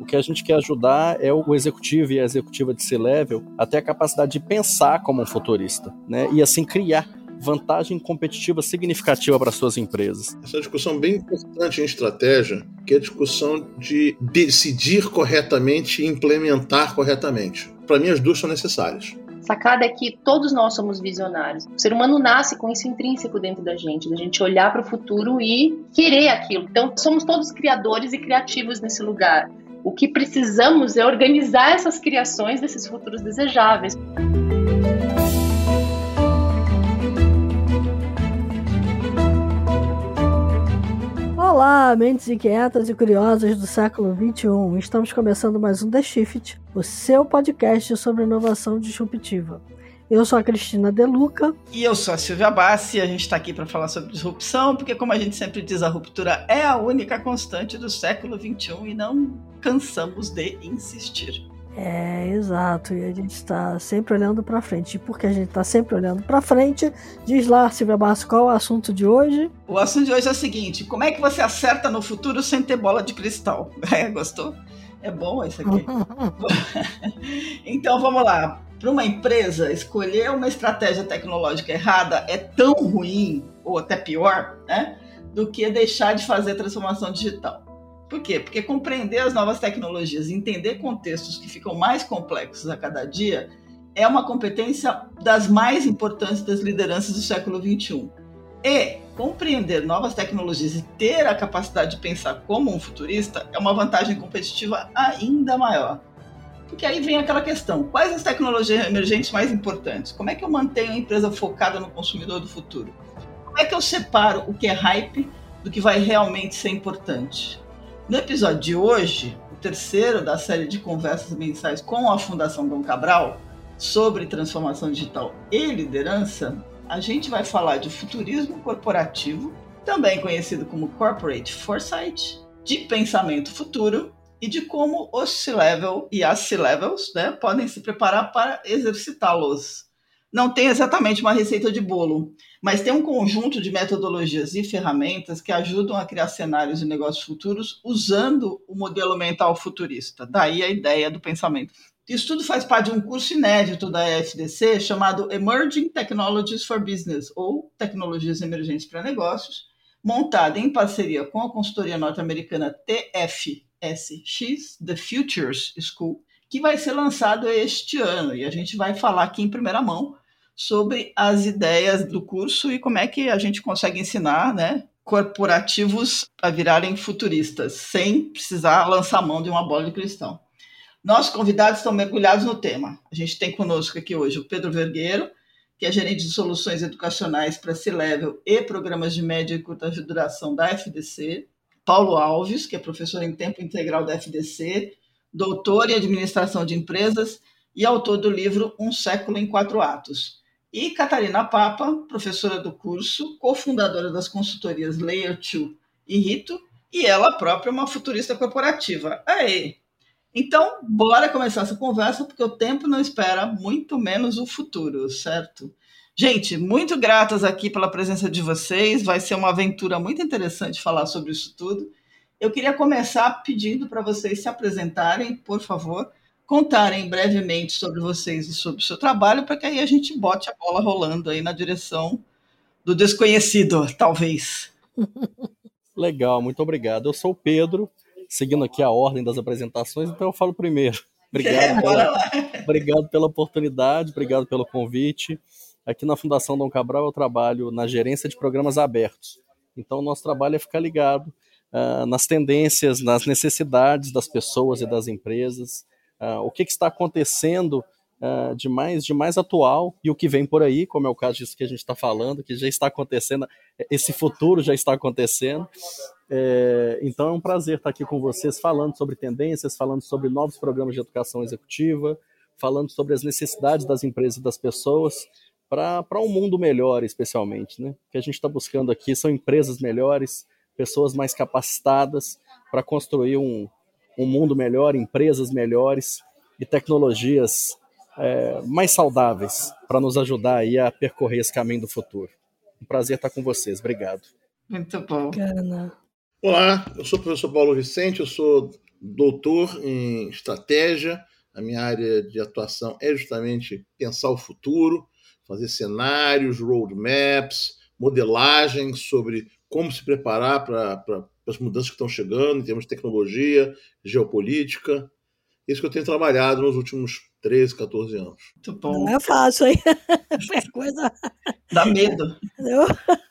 que a gente quer ajudar é o executivo e a executiva de C-Level a ter a capacidade de pensar como um futurista, né? E assim criar vantagem competitiva significativa para suas empresas. Essa discussão bem importante em estratégia, que é a discussão de decidir corretamente e implementar corretamente. Para mim, as duas são necessárias. A sacada é que todos nós somos visionários. O ser humano nasce com isso intrínseco dentro da gente olhar para o futuro e querer aquilo. Então, somos todos criadores e criativos nesse lugar. O que precisamos é organizar essas criações desses futuros desejáveis. Olá, mentes inquietas e curiosas do século XXI. Estamos começando mais um The Shift, o seu podcast sobre inovação disruptiva. Eu sou a Cristina De Luca. E eu sou a Silvia Bassi. A gente está aqui para falar sobre disrupção, porque, como a gente sempre diz, a ruptura é a única constante do século XXI e não cansamos de insistir. É, exato, e a gente está sempre olhando para frente. E porque a gente está sempre olhando para frente, diz lá, Silvia Bassi, qual é o assunto de hoje? O assunto de hoje é o seguinte: como é que você acerta no futuro sem ter bola de cristal? Gostou? É bom isso aqui. Então vamos lá. Para uma empresa, escolher uma estratégia tecnológica errada é tão ruim, ou até pior, né, do que deixar de fazer transformação digital. Por quê? Porque compreender as novas tecnologias e entender contextos que ficam mais complexos a cada dia é uma competência das mais importantes das lideranças do século XXI. E compreender novas tecnologias e ter a capacidade de pensar como um futurista é uma vantagem competitiva ainda maior. Porque aí vem aquela questão: quais as tecnologias emergentes mais importantes? Como é que eu mantenho a empresa focada no consumidor do futuro? Como é que eu separo o que é hype do que vai realmente ser importante? No episódio de hoje, o terceiro da série de conversas mensais com a Fundação Dom Cabral sobre transformação digital e liderança, a gente vai falar de futurismo corporativo, também conhecido como Corporate Foresight, de pensamento futuro e de como os C-Level e as C-Levels, né, podem se preparar para exercitá-los. Não tem exatamente uma receita de bolo, mas tem um conjunto de metodologias e ferramentas que ajudam a criar cenários de negócios futuros usando o modelo mental futurista. Daí a ideia do pensamento. Isso tudo faz parte de um curso inédito da FDC chamado Emerging Technologies for Business, ou Tecnologias Emergentes para Negócios, montado em parceria com a consultoria norte-americana TFSX, The Futures School, que vai ser lançado este ano. E a gente vai falar aqui em primeira mão sobre as ideias do curso e como é que a gente consegue ensinar, né, corporativos a virarem futuristas, sem precisar lançar mão de uma bola de cristal. Nossos convidados estão mergulhados no tema. A gente tem conosco aqui hoje o Pedro Vergueiro, que é gerente de soluções educacionais para C-Level e programas de média e curta duração da FDC. Paulo Alves, que é professor em tempo integral da FDC, doutor em administração de empresas e autor do livro Um Século em 4 Atos. E Catarina Papa, professora do curso, cofundadora das consultorias Layer 2 e Rito, e ela própria uma futurista corporativa. Aê! Então, bora começar essa conversa, porque o tempo não espera, muito menos o futuro, certo? Gente, muito gratas aqui pela presença de vocês, vai ser uma aventura muito interessante falar sobre isso tudo. Eu queria começar pedindo para vocês se apresentarem, por favor, contarem brevemente sobre vocês e sobre o seu trabalho, para que aí a gente bote a bola rolando aí na direção do desconhecido, talvez. Legal, muito obrigado. Eu sou o Pedro, seguindo aqui a ordem das apresentações, então eu falo primeiro. Obrigado pela oportunidade, obrigado pelo convite. Aqui na Fundação Dom Cabral eu trabalho na gerência de programas abertos. Então o nosso trabalho é ficar ligado nas tendências, nas necessidades das pessoas e das empresas, o que está acontecendo de mais atual e o que vem por aí, como é o caso disso que a gente está falando, que já está acontecendo, esse futuro já está acontecendo. Então é um prazer estar aqui com vocês falando sobre tendências, falando sobre novos programas de educação executiva, falando sobre as necessidades das empresas e das pessoas para um mundo melhor, especialmente, né? O que a gente está buscando aqui são empresas melhores, pessoas mais capacitadas para construir um mundo melhor, empresas melhores e tecnologias mais saudáveis para nos ajudar aí a percorrer esse caminho do futuro. Um prazer estar com vocês. Obrigado. Muito bom. Bacana. Olá, eu sou o professor Paulo Vicente, eu sou doutor em estratégia. A minha área de atuação é justamente pensar o futuro, fazer cenários, roadmaps, modelagem sobre como se preparar para as mudanças que estão chegando em termos de tecnologia, geopolítica. Isso que eu tenho trabalhado nos últimos 13, 14 anos. Muito bom. Não é fácil, hein? É coisa... Dá medo. Entendeu?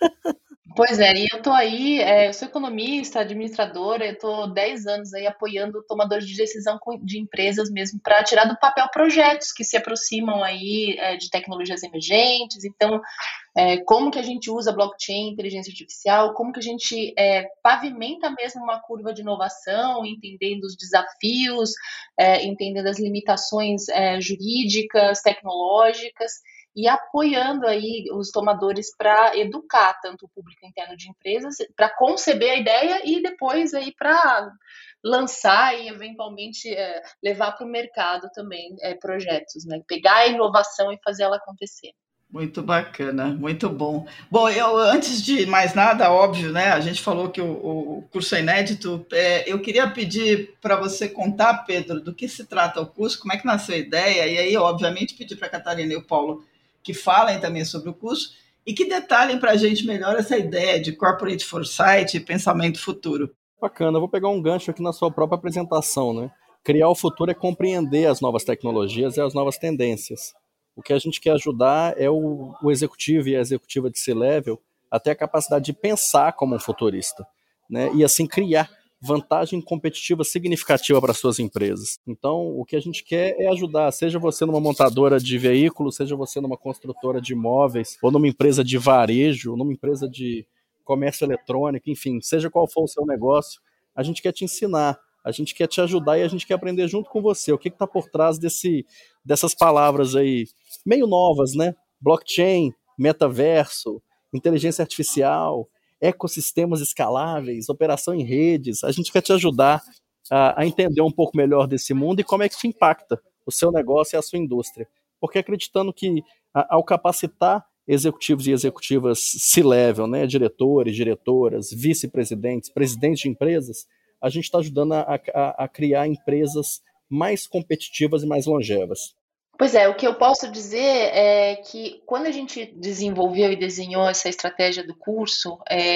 Pois é, e eu tô aí, eu sou economista, administradora, eu tô 10 anos aí apoiando tomadores de decisão de empresas mesmo para tirar do papel projetos que se aproximam aí de tecnologias emergentes. Então, como que a gente usa blockchain, inteligência artificial, como que a gente pavimenta mesmo uma curva de inovação, entendendo os desafios, entendendo as limitações jurídicas, tecnológicas, e apoiando aí os tomadores para educar tanto o público interno de empresas, para conceber a ideia e depois aí para lançar e eventualmente levar para o mercado também projetos, né? Pegar a inovação e fazer ela acontecer. Muito bacana, muito bom. Bom, eu, antes de mais nada, óbvio, né? A gente falou que o curso é inédito. Eu queria pedir para você contar, Pedro, do que se trata o curso, como é que nasceu a ideia, e aí, obviamente, pedir para a Catarina e o Paulo que falem também sobre o curso e que detalhem para a gente melhor essa ideia de corporate foresight e pensamento futuro. Bacana, eu vou pegar um gancho aqui na sua própria apresentação, né? Criar o futuro é compreender as novas tecnologias e as novas tendências. O que a gente quer ajudar é o executivo e a executiva de C-Level a ter a capacidade de pensar como um futurista, né? E assim criar vantagem competitiva significativa para suas empresas. Então, o que a gente quer é ajudar, seja você numa montadora de veículos, seja você numa construtora de imóveis, ou numa empresa de varejo, ou numa empresa de comércio eletrônico, enfim, seja qual for o seu negócio, a gente quer te ensinar, a gente quer te ajudar e a gente quer aprender junto com você. O que está por trás dessas palavras aí, meio novas, né? Blockchain, metaverso, inteligência artificial, ecossistemas escaláveis, operação em redes. A gente quer te ajudar a entender um pouco melhor desse mundo e como é que isso impacta o seu negócio e a sua indústria. Porque acreditando que ao capacitar executivos e executivas C-level, né, diretores, diretoras, vice-presidentes, presidentes de empresas, a gente está ajudando a criar empresas mais competitivas e mais longevas. Pois é, o que eu posso dizer é que quando a gente desenvolveu e desenhou essa estratégia do curso,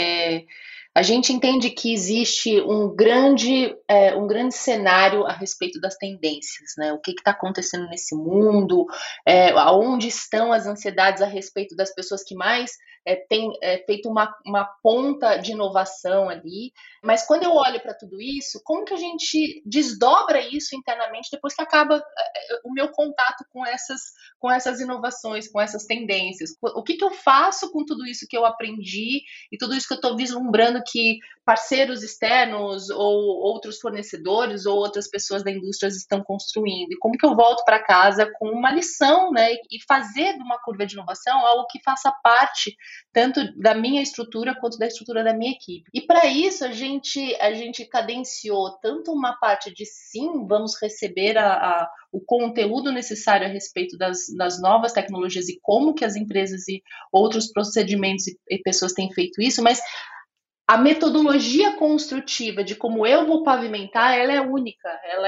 a gente entende que existe um grande cenário a respeito das tendências, né? O que está acontecendo nesse mundo, aonde estão as ansiedades a respeito das pessoas que mais têm feito uma ponta de inovação ali. Mas quando eu olho para tudo isso, como que a gente desdobra isso internamente depois que acaba o meu contato com essas inovações, com essas tendências? O que eu faço com tudo isso que eu aprendi e tudo isso que eu estou vislumbrando que parceiros externos ou outros fornecedores ou outras pessoas da indústria estão construindo? E como que eu volto para casa com uma lição, né? E fazer de uma curva de inovação algo que faça parte tanto da minha estrutura quanto da estrutura da minha equipe. E para isso a gente cadenciou tanto uma parte de sim, vamos receber o conteúdo necessário a respeito das novas tecnologias e como que as empresas e outros procedimentos e pessoas têm feito isso, mas a metodologia construtiva de como eu vou pavimentar, ela é única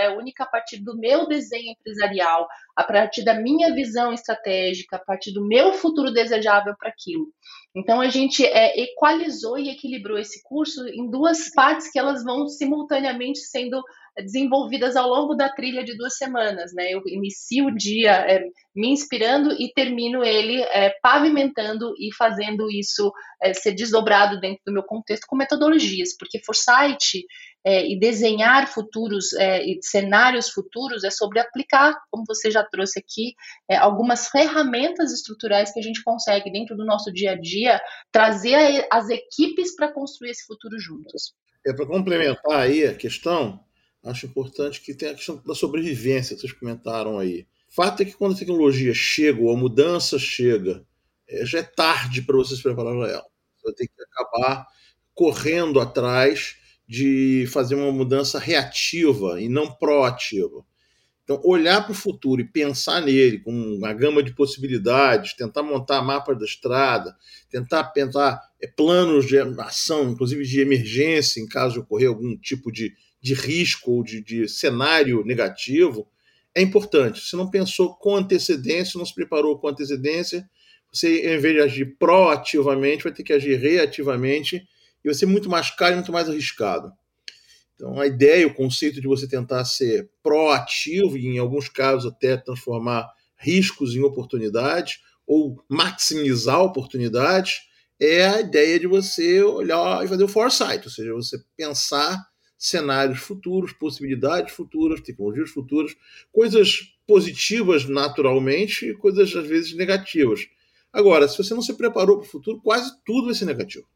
a partir do meu desenho empresarial, a partir da minha visão estratégica, a partir do meu futuro desejável para aquilo. Então, a gente equalizou e equilibrou esse curso em duas partes que elas vão simultaneamente sendo desenvolvidas ao longo da trilha de 2 semanas, né? Eu inicio o dia me inspirando e termino ele pavimentando e fazendo isso ser desdobrado dentro do meu contexto com metodologias, porque foresight e desenhar futuros e cenários futuros é sobre aplicar, como você já trouxe aqui, algumas ferramentas estruturais que a gente consegue dentro do nosso dia a dia trazer as equipes para construir esse futuro juntos. Para complementar aí a questão, acho importante que tem a questão da sobrevivência que vocês comentaram aí. O fato é que quando a tecnologia chega ou a mudança chega, já é tarde para você se preparar para ela. Você vai ter que acabar correndo atrás de fazer uma mudança reativa e não proativa. Então, olhar para o futuro e pensar nele com uma gama de possibilidades, tentar montar mapas da estrada, tentar pensar planos de ação, inclusive de emergência, em caso de ocorrer algum tipo de risco ou de cenário negativo, é importante. Se não pensou com antecedência, não se preparou com antecedência, você, em vez de agir proativamente, vai ter que agir reativamente e vai ser muito mais caro e muito mais arriscado. Então, a ideia, o conceito de você tentar ser proativo e, em alguns casos, até transformar riscos em oportunidades ou maximizar oportunidades, é a ideia de você olhar e fazer o foresight, ou seja, você pensar cenários futuros, possibilidades futuras, tecnologias futuras, coisas positivas naturalmente e coisas, às vezes, negativas. Agora, se você não se preparou para o futuro, quase tudo vai ser negativo.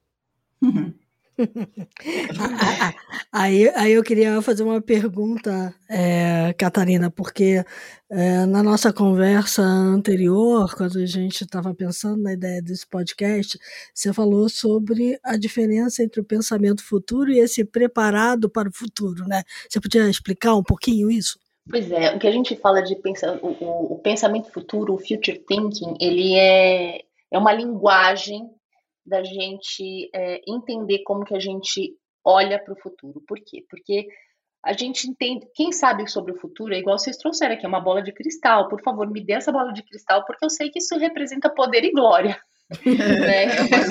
Aí eu queria fazer uma pergunta, Catarina, porque na nossa conversa anterior, quando a gente estava pensando na ideia desse podcast, você falou sobre a diferença entre o pensamento futuro e esse preparado para o futuro, né? Você podia explicar um pouquinho isso? Pois é, o que a gente fala de o pensamento futuro, o future thinking, ele é uma linguagem da gente entender como que a gente olha para o futuro. Por quê? Porque a gente entende, quem sabe sobre o futuro é igual vocês trouxeram aqui, é uma bola de cristal. Por favor, me dê essa bola de cristal, porque eu sei que isso representa poder e glória. Né?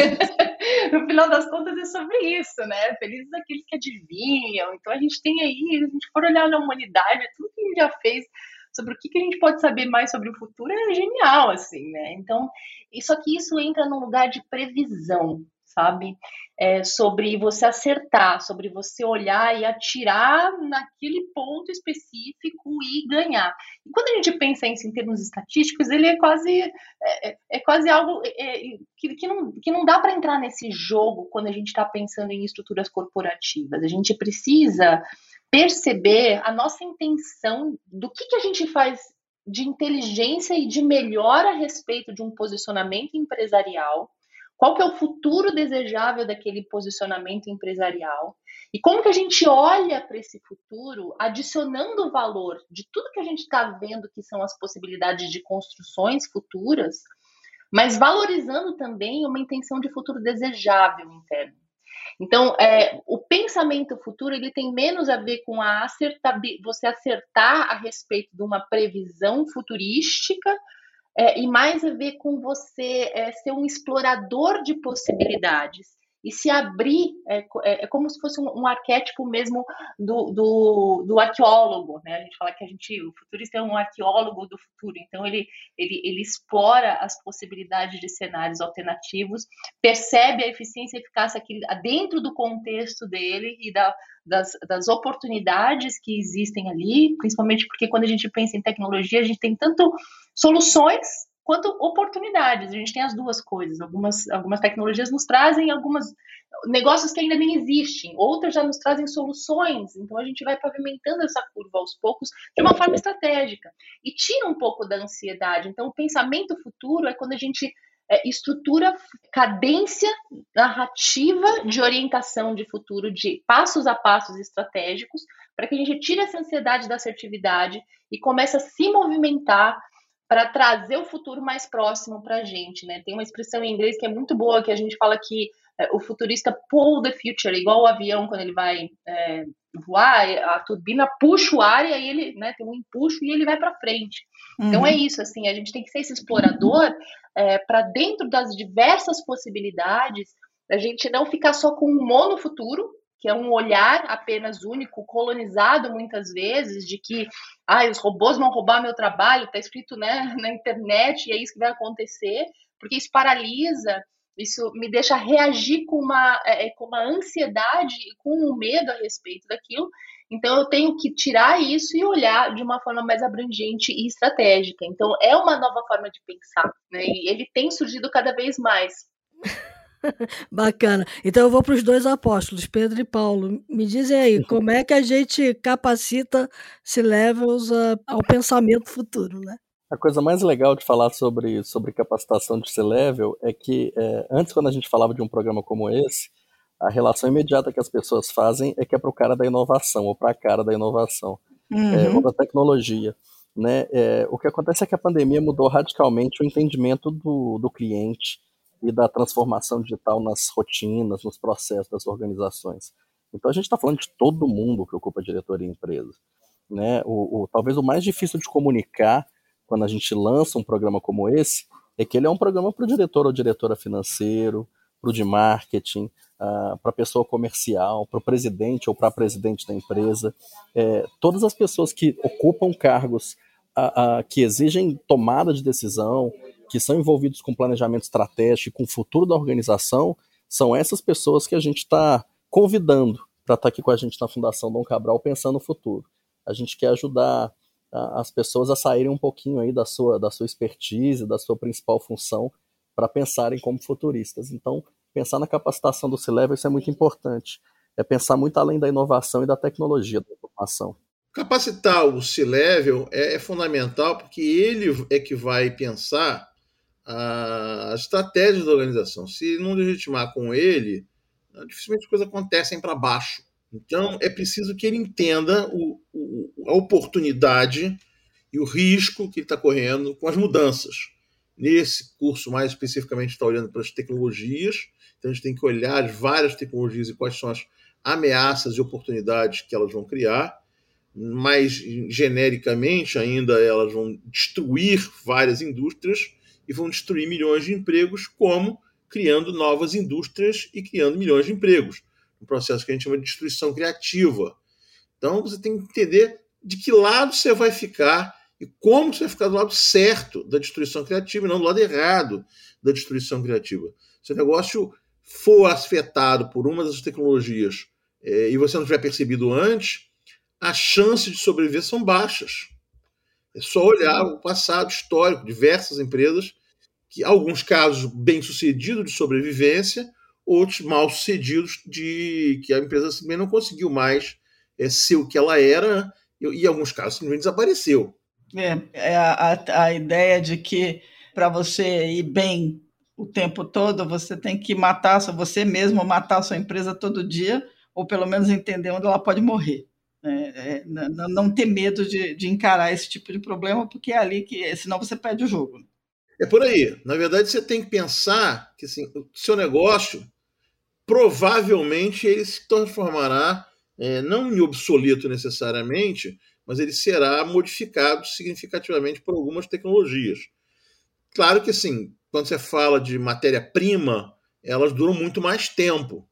No final das contas é sobre isso, né? Felizes aqueles que adivinham. Então a gente tem aí, se a gente for olhar na humanidade, tudo que a gente já fez sobre o que a gente pode saber mais sobre o futuro é genial, assim, né? Então, só que isso entra num lugar de previsão, sabe? Sobre você acertar, sobre você olhar e atirar naquele ponto específico e ganhar. E quando a gente pensa isso em termos estatísticos, ele é quase algo que não dá para entrar nesse jogo quando a gente está pensando em estruturas corporativas. A gente precisa perceber a nossa intenção do que a gente faz de inteligência e de melhor a respeito de um posicionamento empresarial, qual que é o futuro desejável daquele posicionamento empresarial e como que a gente olha para esse futuro adicionando valor de tudo que a gente está vendo que são as possibilidades de construções futuras, mas valorizando também uma intenção de futuro desejável interno. Então, o pensamento futuro ele tem menos a ver com você acertar a respeito de uma previsão futurística e mais a ver com você ser um explorador de possibilidades e se abrir, é como se fosse um arquétipo mesmo do arqueólogo, né? A gente fala que o futurista é um arqueólogo do futuro, então ele explora as possibilidades de cenários alternativos, percebe a eficiência e eficácia dentro do contexto dele e das oportunidades que existem ali, principalmente porque quando a gente pensa em tecnologia, a gente tem tanto soluções quanto oportunidades. A gente tem as duas coisas. Algumas tecnologias nos trazem alguns negócios que ainda nem existem, outras já nos trazem soluções. Então a gente vai pavimentando essa curva aos poucos de uma forma estratégica e tira um pouco da ansiedade. Então o pensamento futuro é quando a gente estrutura cadência narrativa de orientação de futuro, de passos a passos estratégicos, para que a gente tire essa ansiedade da assertividade e comece a se movimentar para trazer o futuro mais próximo para a gente, né? Tem uma expressão em inglês que é muito boa, que a gente fala que o futurista pull the future, igual o avião quando ele vai voar, a turbina puxa o ar e aí ele, né, tem um empuxo e ele vai para frente. Então é isso, assim, a gente tem que ser esse explorador para dentro das diversas possibilidades, a gente não ficar só com um monofuturo, que é um olhar apenas único, colonizado muitas vezes, de que os robôs vão roubar meu trabalho, está escrito, né, na internet, e é isso que vai acontecer, porque isso paralisa, isso me deixa reagir com uma ansiedade e com um medo a respeito daquilo. Então eu tenho que tirar isso e olhar de uma forma mais abrangente e estratégica. Então é uma nova forma de pensar, né? E ele tem surgido cada vez mais. Bacana. Então eu vou para os dois apóstolos, Pedro e Paulo. Me dizem aí, como é que a gente capacita C-Levels ao pensamento futuro, né? A coisa mais legal de falar sobre capacitação de C-Level é que antes, quando a gente falava de um programa como esse, a relação imediata que as pessoas fazem é que é para o cara da inovação ou para a cara da inovação. ou da tecnologia. Né? O que acontece é que a pandemia mudou radicalmente o entendimento do cliente e da transformação digital nas rotinas, nos processos das organizações. Então a gente está falando de todo mundo que ocupa a diretoria em empresa. Né? Talvez o mais difícil de comunicar quando a gente lança um programa como esse é que ele é um programa para o diretor ou diretora financeiro, para o de marketing, para a pessoa comercial, para o presidente ou para a presidente da empresa. Todas as pessoas que ocupam cargos que exigem tomada de decisão, que são envolvidos com planejamento estratégico, com o futuro da organização, são essas pessoas que a gente está convidando para estar aqui com a gente na Fundação Dom Cabral pensando no futuro. A gente quer ajudar as pessoas a saírem um pouquinho aí da sua expertise, da sua principal função, para pensarem como futuristas. Então, pensar na capacitação do C-Level, isso é muito importante. É pensar muito além da inovação e da tecnologia da informação. Capacitar o C-Level é fundamental, porque ele é que vai pensar as estratégias da organização. Se não legitimar com ele, dificilmente as coisas acontecem para baixo. Então, é preciso que ele entenda a oportunidade e o risco que ele está correndo com as mudanças. Nesse curso, mais especificamente, está olhando para as tecnologias. Então, a gente tem que olhar as várias tecnologias e quais são as ameaças e oportunidades que elas vão criar. Mais genericamente, ainda elas vão destruir várias indústrias e vão destruir milhões de empregos, como criando novas indústrias e criando milhões de empregos. Um processo que a gente chama de destruição criativa. Então, você tem que entender de que lado você vai ficar e como você vai ficar do lado certo da destruição criativa e não do lado errado da destruição criativa. Se o negócio for afetado por uma das tecnologias e você não tiver percebido antes, as chances de sobreviver são baixas. É só olhar o passado histórico, diversas empresas, que alguns casos bem-sucedidos de sobrevivência, outros mal-sucedidos de que a empresa simplesmente não conseguiu mais ser o que ela era e em alguns casos simplesmente desapareceu. A ideia de que para você ir bem o tempo todo, você tem que você mesmo matar a sua empresa todo dia, ou pelo menos entender onde ela pode morrer. Não ter medo de encarar esse tipo de problema, porque é ali que, senão você perde o jogo. É por aí. Na verdade, você tem que pensar que assim, o seu negócio, provavelmente, ele se transformará, não em obsoleto necessariamente, mas ele será modificado significativamente por algumas tecnologias. Claro que, assim, quando você fala de matéria-prima, elas duram muito mais tempo.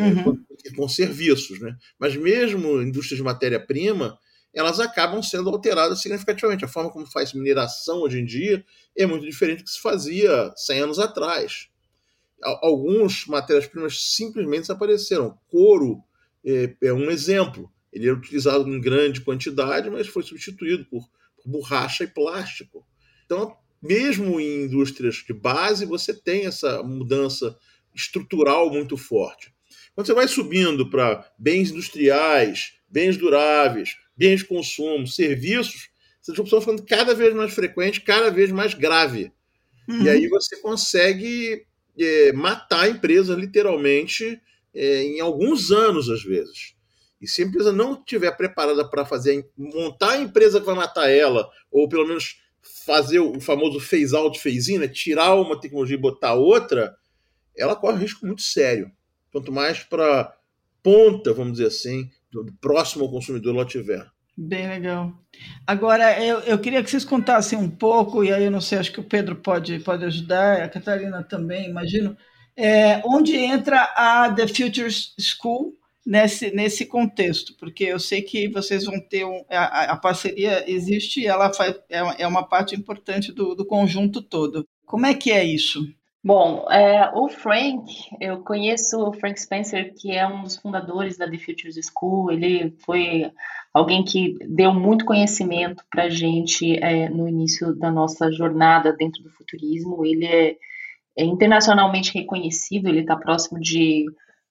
Com serviços, né? Mas mesmo indústrias de matéria-prima, elas acabam sendo alteradas significativamente. A forma como faz mineração hoje em dia é muito diferente do que se fazia 100 anos atrás. Algumas matérias-primas simplesmente desapareceram. Couro é um exemplo. Ele era utilizado em grande quantidade, mas foi substituído por borracha e plástico. Então, mesmo em indústrias de base, você tem essa mudança estrutural muito forte. Quando você vai subindo para bens industriais, bens duráveis, bens de consumo, serviços, essa disrupção vai ficando cada vez mais frequente, cada vez mais grave. E aí você consegue matar a empresa, literalmente, em alguns anos, às vezes. E se a empresa não estiver preparada para montar a empresa que vai matar ela, ou pelo menos fazer o famoso phase out, phase in, né? Tirar uma tecnologia e botar outra, ela corre um risco muito sério. Quanto mais para ponta, vamos dizer assim, próximo ao consumidor ela tiver. Bem legal. Agora, eu queria que vocês contassem um pouco, e aí eu não sei, acho que o Pedro pode ajudar, a Catarina também, imagino, onde entra a The Future School nesse contexto, porque eu sei que vocês vão ter a parceria existe e ela é uma parte importante do conjunto todo. Como é que é isso? Bom, o Frank, eu conheço o Frank Spencer, que é um dos fundadores da The Futures School. Ele foi alguém que deu muito conhecimento para a gente no início da nossa jornada dentro do futurismo. Ele é internacionalmente reconhecido, ele está próximo de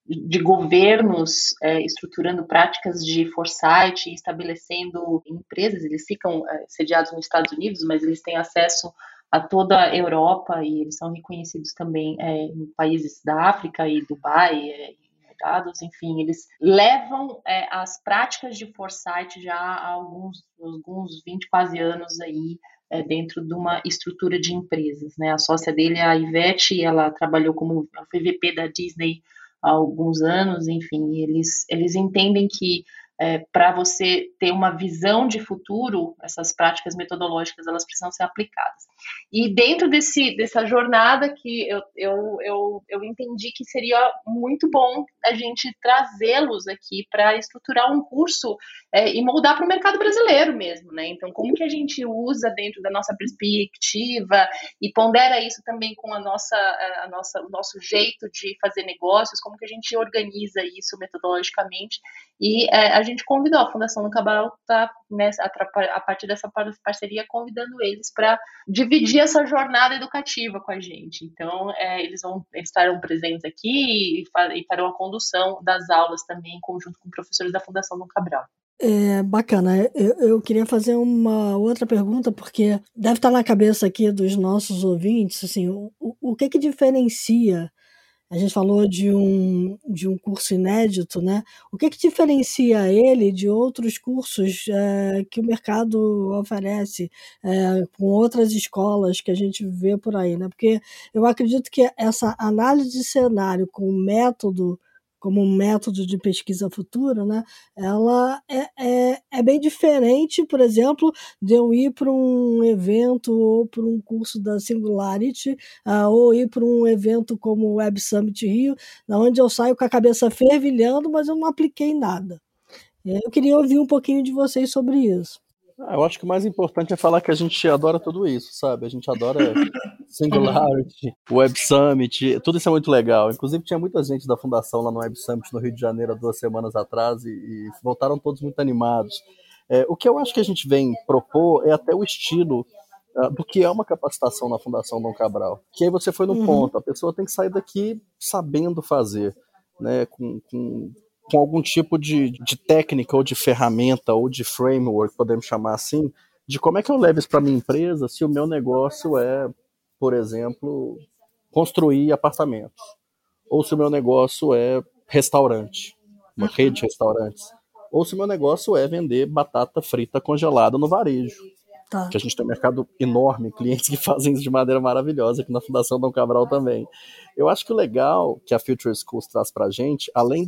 governos estruturando práticas de foresight, estabelecendo empresas. Eles ficam sediados nos Estados Unidos, mas eles têm acesso a toda a Europa e eles são reconhecidos também em países da África e Dubai, conectados, enfim, eles levam as práticas de foresight já há alguns 20, quase anos aí, dentro de uma estrutura de empresas, né? A sócia dele, a Ivete, ela trabalhou como VP da Disney há alguns anos, enfim, eles entendem que para você ter uma visão de futuro, essas práticas metodológicas, elas precisam ser aplicadas. E dentro dessa jornada que eu entendi que seria muito bom a gente trazê-los aqui para estruturar um curso e moldar para o mercado brasileiro mesmo, né? Então, como que a gente usa dentro da nossa perspectiva e pondera isso também com o nosso jeito de fazer negócios, como que a gente organiza isso metodologicamente. E a gente convidou, a Fundação Dom Cabral está, a partir dessa parceria, convidando eles para dividir essa jornada educativa com a gente. Então, eles estarão presentes aqui e farão a condução das aulas também, em conjunto com professores da Fundação Dom Cabral. Bacana. Eu queria fazer uma outra pergunta, porque deve estar na cabeça aqui dos nossos ouvintes, assim, o que diferencia. A gente falou de um curso inédito, né? O que diferencia ele de outros cursos que o mercado oferece com outras escolas que a gente vê por aí, né? Porque eu acredito que essa análise de cenário como um método de pesquisa futura, né? Ela é bem diferente, por exemplo, de eu ir para um evento ou para um curso da Singularity, ou ir para um evento como o Web Summit Rio, onde eu saio com a cabeça fervilhando, mas eu não apliquei nada. Eu queria ouvir um pouquinho de vocês sobre isso. Eu acho que o mais importante é falar que a gente adora tudo isso, sabe? A gente adora Singularity, Web Summit, tudo isso é muito legal. Inclusive tinha muita gente da fundação lá no Web Summit no Rio de Janeiro há 2 semanas atrás e voltaram todos muito animados. O que eu acho que a gente vem propor é até o estilo do que é uma capacitação na Fundação Dom Cabral. Que aí você foi no ponto, a pessoa tem que sair daqui sabendo fazer, né? Com algum tipo de técnica ou de ferramenta ou de framework, podemos chamar assim, de como é que eu levo isso para minha empresa se o meu negócio é, por exemplo, construir apartamentos, ou se o meu negócio é restaurante, uma rede de restaurantes, ou se o meu negócio é vender batata frita congelada no varejo. Tá. Que a gente tem um mercado enorme, clientes que fazem isso de maneira maravilhosa, aqui na Fundação Dom Cabral também. Eu acho que o legal que a Future Schools traz para a gente, além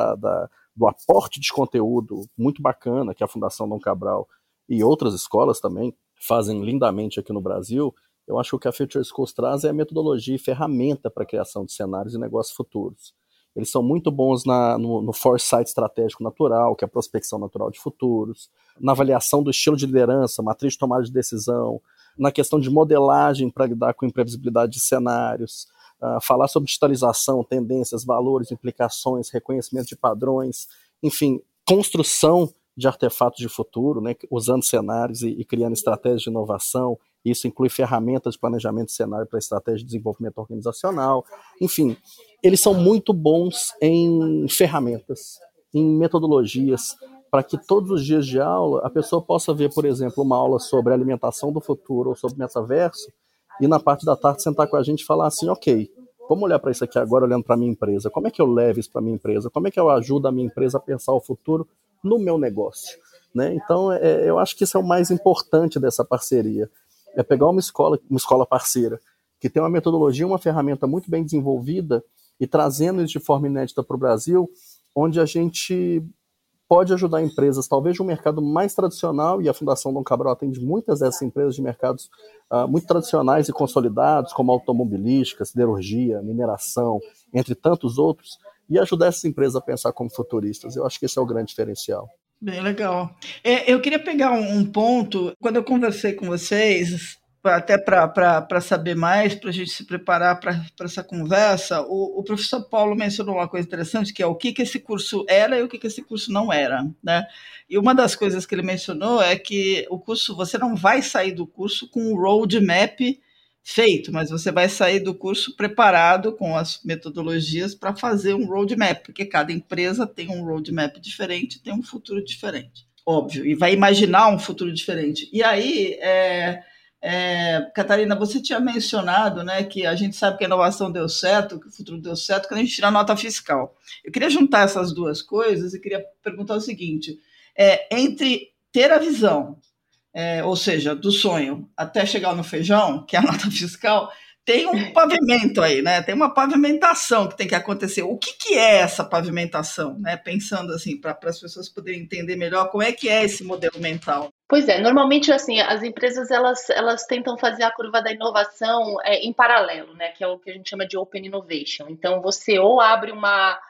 do aporte de conteúdo muito bacana que a Fundação Dom Cabral e outras escolas também fazem lindamente aqui no Brasil, eu acho que o que a Future Schools traz é a metodologia e ferramenta para a criação de cenários e negócios futuros. Eles são muito bons no foresight estratégico natural, que é a prospecção natural de futuros, na avaliação do estilo de liderança, matriz de tomada de decisão, na questão de modelagem para lidar com imprevisibilidade de cenários, falar sobre digitalização, tendências, valores, implicações, reconhecimento de padrões, enfim, construção de artefatos de futuro, né, usando cenários e criando estratégias de inovação. Isso inclui ferramentas de planejamento de cenário para estratégia de desenvolvimento organizacional. Enfim, eles são muito bons em ferramentas, em metodologias, para que todos os dias de aula a pessoa possa ver, por exemplo, uma aula sobre alimentação do futuro ou sobre metaverso, e na parte da tarde sentar com a gente e falar assim, ok, vamos olhar para isso aqui agora olhando para a minha empresa, como é que eu levo isso para a minha empresa, como é que eu ajudo a minha empresa a pensar o futuro no meu negócio, né? Então, eu acho que isso é o mais importante dessa parceria, é pegar uma escola parceira, que tem uma metodologia, uma ferramenta muito bem desenvolvida e trazendo isso de forma inédita para o Brasil, onde a gente pode ajudar empresas, talvez de um mercado mais tradicional, e a Fundação Dom Cabral atende muitas dessas empresas de mercados muito tradicionais e consolidados, como automobilística, siderurgia, mineração, entre tantos outros, e ajudar essas empresas a pensar como futuristas. Eu acho que esse é o grande diferencial. Bem legal. Eu queria pegar um ponto, quando eu conversei com vocês, até para saber mais, para a gente se preparar para essa conversa, o professor Paulo mencionou uma coisa interessante, que é o que esse curso era e o que esse curso não era, né? E uma das coisas que ele mencionou é que o curso, você não vai sair do curso com um roadmap feito, mas você vai sair do curso preparado com as metodologias para fazer um roadmap, porque cada empresa tem um roadmap diferente, tem um futuro diferente, óbvio, e vai imaginar um futuro diferente. E aí, Catarina, você tinha mencionado, né, que a gente sabe que a inovação deu certo, que o futuro deu certo quando a gente tira a nota fiscal. Eu queria juntar essas duas coisas e queria perguntar o seguinte, entre ter a visão, ou seja, do sonho, até chegar no feijão, que é a nota fiscal, tem um pavimento aí, né? Tem uma pavimentação que tem que acontecer. O que é essa pavimentação, né? Pensando assim, para as pessoas poderem entender melhor como é que é esse modelo mental. Pois é, normalmente assim, as empresas elas tentam fazer a curva da inovação em paralelo, né? Que é o que a gente chama de Open Innovation. Então você ou abre uma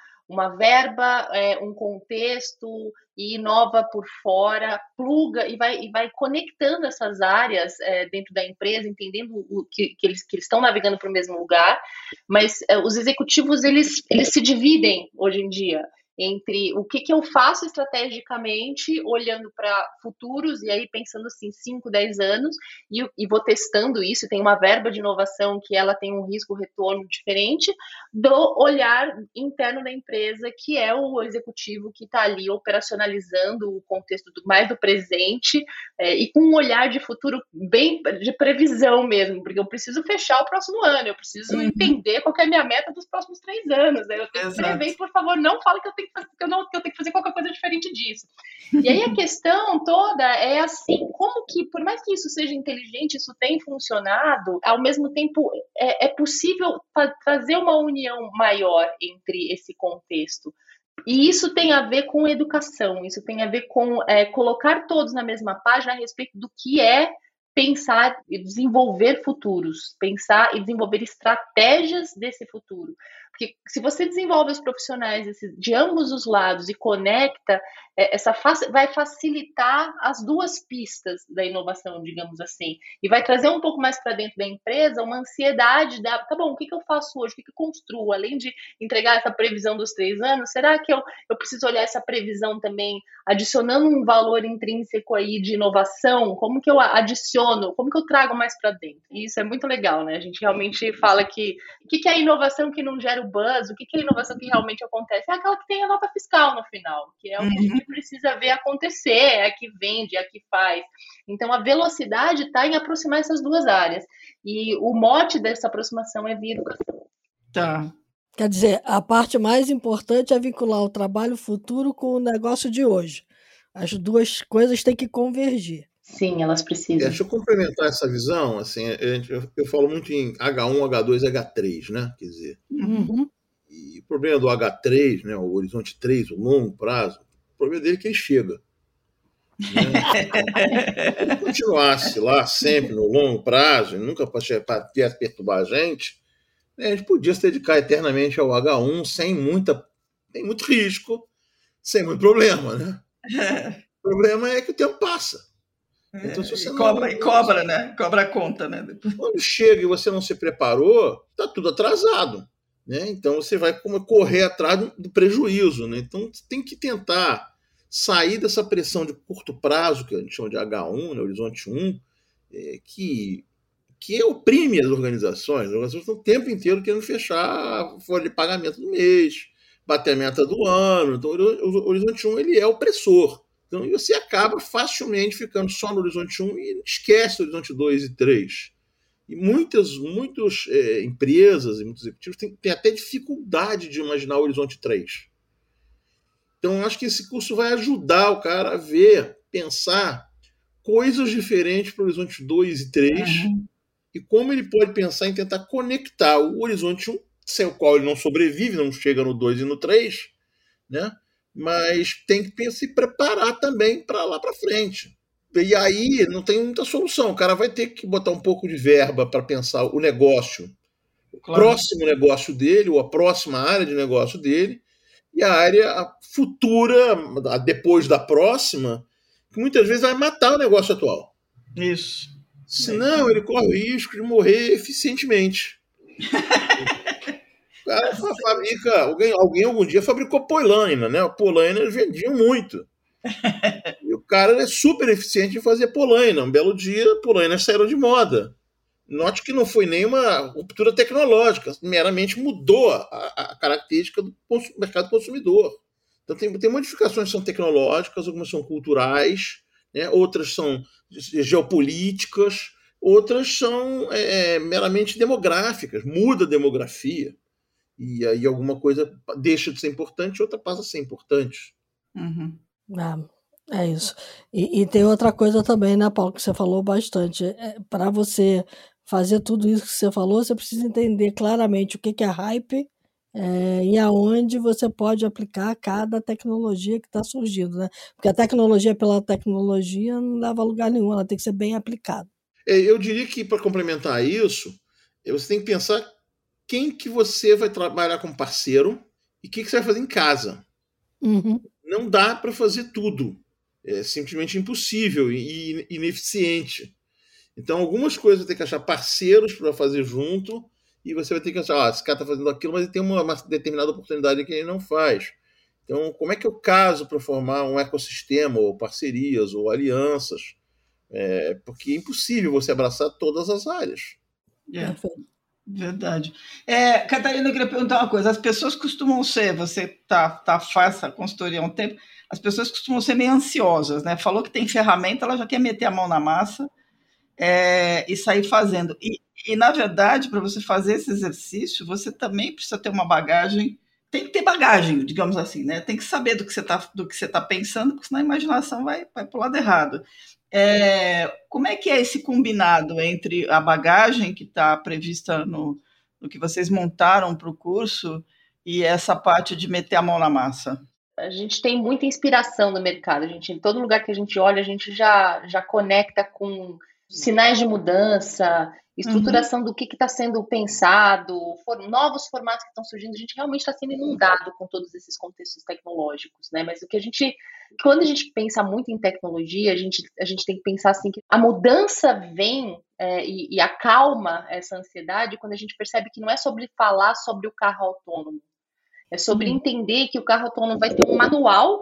verba, um contexto e inova por fora, pluga e vai conectando essas áreas dentro da empresa, entendendo que eles estão navegando para o mesmo lugar, mas os executivos eles se dividem hoje em dia entre o que eu faço estrategicamente, olhando para futuros, e aí pensando assim, 5, 10 anos, e vou testando isso, tem uma verba de inovação que ela tem um risco-retorno diferente, do olhar interno da empresa, que é o executivo que está ali operacionalizando o contexto mais do presente, e com um olhar de futuro bem de previsão mesmo, porque eu preciso fechar o próximo ano, eu preciso entender qual que é a minha meta dos próximos 3 anos, né? Eu tenho que prever, por favor, não fale que eu tenho que fazer qualquer coisa diferente disso. E aí a questão toda é assim, como que, por mais que isso seja inteligente, isso tem funcionado, ao mesmo tempo é possível trazer uma união maior entre esse contexto. E isso tem a ver com educação, isso tem a ver com colocar todos na mesma página a respeito do que é pensar e desenvolver futuros, pensar e desenvolver estratégias desse futuro. Porque se você desenvolve os profissionais de ambos os lados e conecta, vai facilitar as duas pistas da inovação, digamos assim, e vai trazer um pouco mais para dentro da empresa uma ansiedade tá bom, o que eu faço hoje, o que eu construo, além de entregar essa previsão dos 3 anos, será que eu preciso olhar essa previsão também, adicionando um valor intrínseco aí de inovação, como que eu adiciono, como que eu trago mais para dentro? E isso é muito legal, né? A gente realmente fala que o que é a inovação que não gera o buzz, o que é a inovação que realmente acontece? É aquela que tem a nota fiscal no final, que é o que a gente precisa ver acontecer, é a que vende, é a que faz. Então, a velocidade está em aproximar essas duas áreas. E o mote dessa aproximação é via educação. Tá. Quer dizer, a parte mais importante é vincular o trabalho futuro com o negócio de hoje. As duas coisas têm que convergir. Sim, elas precisam. Deixa eu complementar essa visão. Assim, eu falo muito em H1, H2, H3, né? Quer dizer, e o problema do H3, né, o horizonte 3, o longo prazo, o problema dele é que ele chega. Né? Se ele continuasse lá sempre no longo prazo, e nunca para perturbar a gente podia se dedicar eternamente ao H1 sem muito risco, sem muito problema. Né? O problema é que o tempo passa. Então, se você cobra, né? Cobra a conta, né? Quando chega e você não se preparou, está tudo atrasado. Né? Então você vai correr atrás do prejuízo. Né? Então você tem que tentar sair dessa pressão de curto prazo, que a gente chama de H1, né? Horizonte 1, que oprime as organizações. As organizações estão o tempo inteiro querendo fechar a folha de pagamento do mês, bater a meta do ano. Então o Horizonte 1 ele é opressor. Então você acaba facilmente ficando só no Horizonte 1 e esquece o Horizonte 2 e 3. E muitas empresas e muitos executivos têm até dificuldade de imaginar o Horizonte 3. Então eu acho que esse curso vai ajudar o cara a pensar coisas diferentes para o Horizonte 2 e 3 e como ele pode pensar em tentar conectar o Horizonte 1, sem o qual ele não sobrevive, não chega no 2 e no 3, né? Mas tem que se preparar também para lá para frente. E aí não tem muita solução. O cara vai ter que botar um pouco de verba para pensar o negócio, o próximo negócio dele, ou a próxima área de negócio dele, e a área futura, depois da próxima, que muitas vezes vai matar o negócio atual. Isso. Senão ele corre o risco de morrer eficientemente. O cara fabrica, alguém algum dia fabricou polaina, né? A polaina eles vendiam muito. E o cara é super eficiente em fazer polaina. Um belo dia, polainas saíram de moda. Note que não foi nenhuma ruptura tecnológica, meramente mudou a característica do mercado consumidor. Então tem modificações que são tecnológicas, algumas são culturais, né? Outras são geopolíticas, Outras são meramente demográficas, muda a demografia. E aí alguma coisa deixa de ser importante, outra passa a ser importante. Uhum. É isso. E tem outra coisa também, né, Paulo, que você falou bastante. Para você fazer tudo isso que você falou, você precisa entender claramente o que é hype e aonde você pode aplicar cada tecnologia que está surgindo, né? Porque a tecnologia pela tecnologia não leva a lugar nenhum, ela tem que ser bem aplicada. Eu diria que, para complementar isso, você tem que pensar quem que você vai trabalhar como parceiro e o que você vai fazer em casa. Uhum. Não dá para fazer tudo. É simplesmente impossível e ineficiente. Então, algumas coisas você tem que achar parceiros para fazer junto e você vai ter que achar, esse cara está fazendo aquilo, mas ele tem uma determinada oportunidade que ele não faz. Então, como é que eu caso para formar um ecossistema, ou parcerias, ou alianças? Porque é impossível você abraçar todas as áreas. Verdade. Catarina, eu queria perguntar uma coisa. As pessoas costumam ser, você faz essa consultoria há um tempo, as pessoas costumam ser meio ansiosas, né? Falou que tem ferramenta, ela já quer meter a mão na massa e sair fazendo. E na verdade, para você fazer esse exercício, você também precisa ter uma bagagem, tem que ter bagagem, digamos assim, né? Tem que saber do que você tá pensando, porque senão a imaginação vai para o lado errado. Como é que é esse combinado entre a bagagem que está prevista no que vocês montaram para o curso e essa parte de meter a mão na massa? A gente tem muita inspiração no mercado. Em todo lugar que a gente olha, a gente já conecta com sinais de mudança, estruturação do que está sendo pensado, novos formatos que estão surgindo. A gente realmente está sendo inundado com todos esses contextos tecnológicos, né? Mas quando a gente pensa muito em tecnologia, a gente tem que pensar assim que a mudança vem e acalma essa ansiedade quando a gente percebe que não é sobre falar sobre o carro autônomo, é sobre entender que o carro autônomo vai ter um manual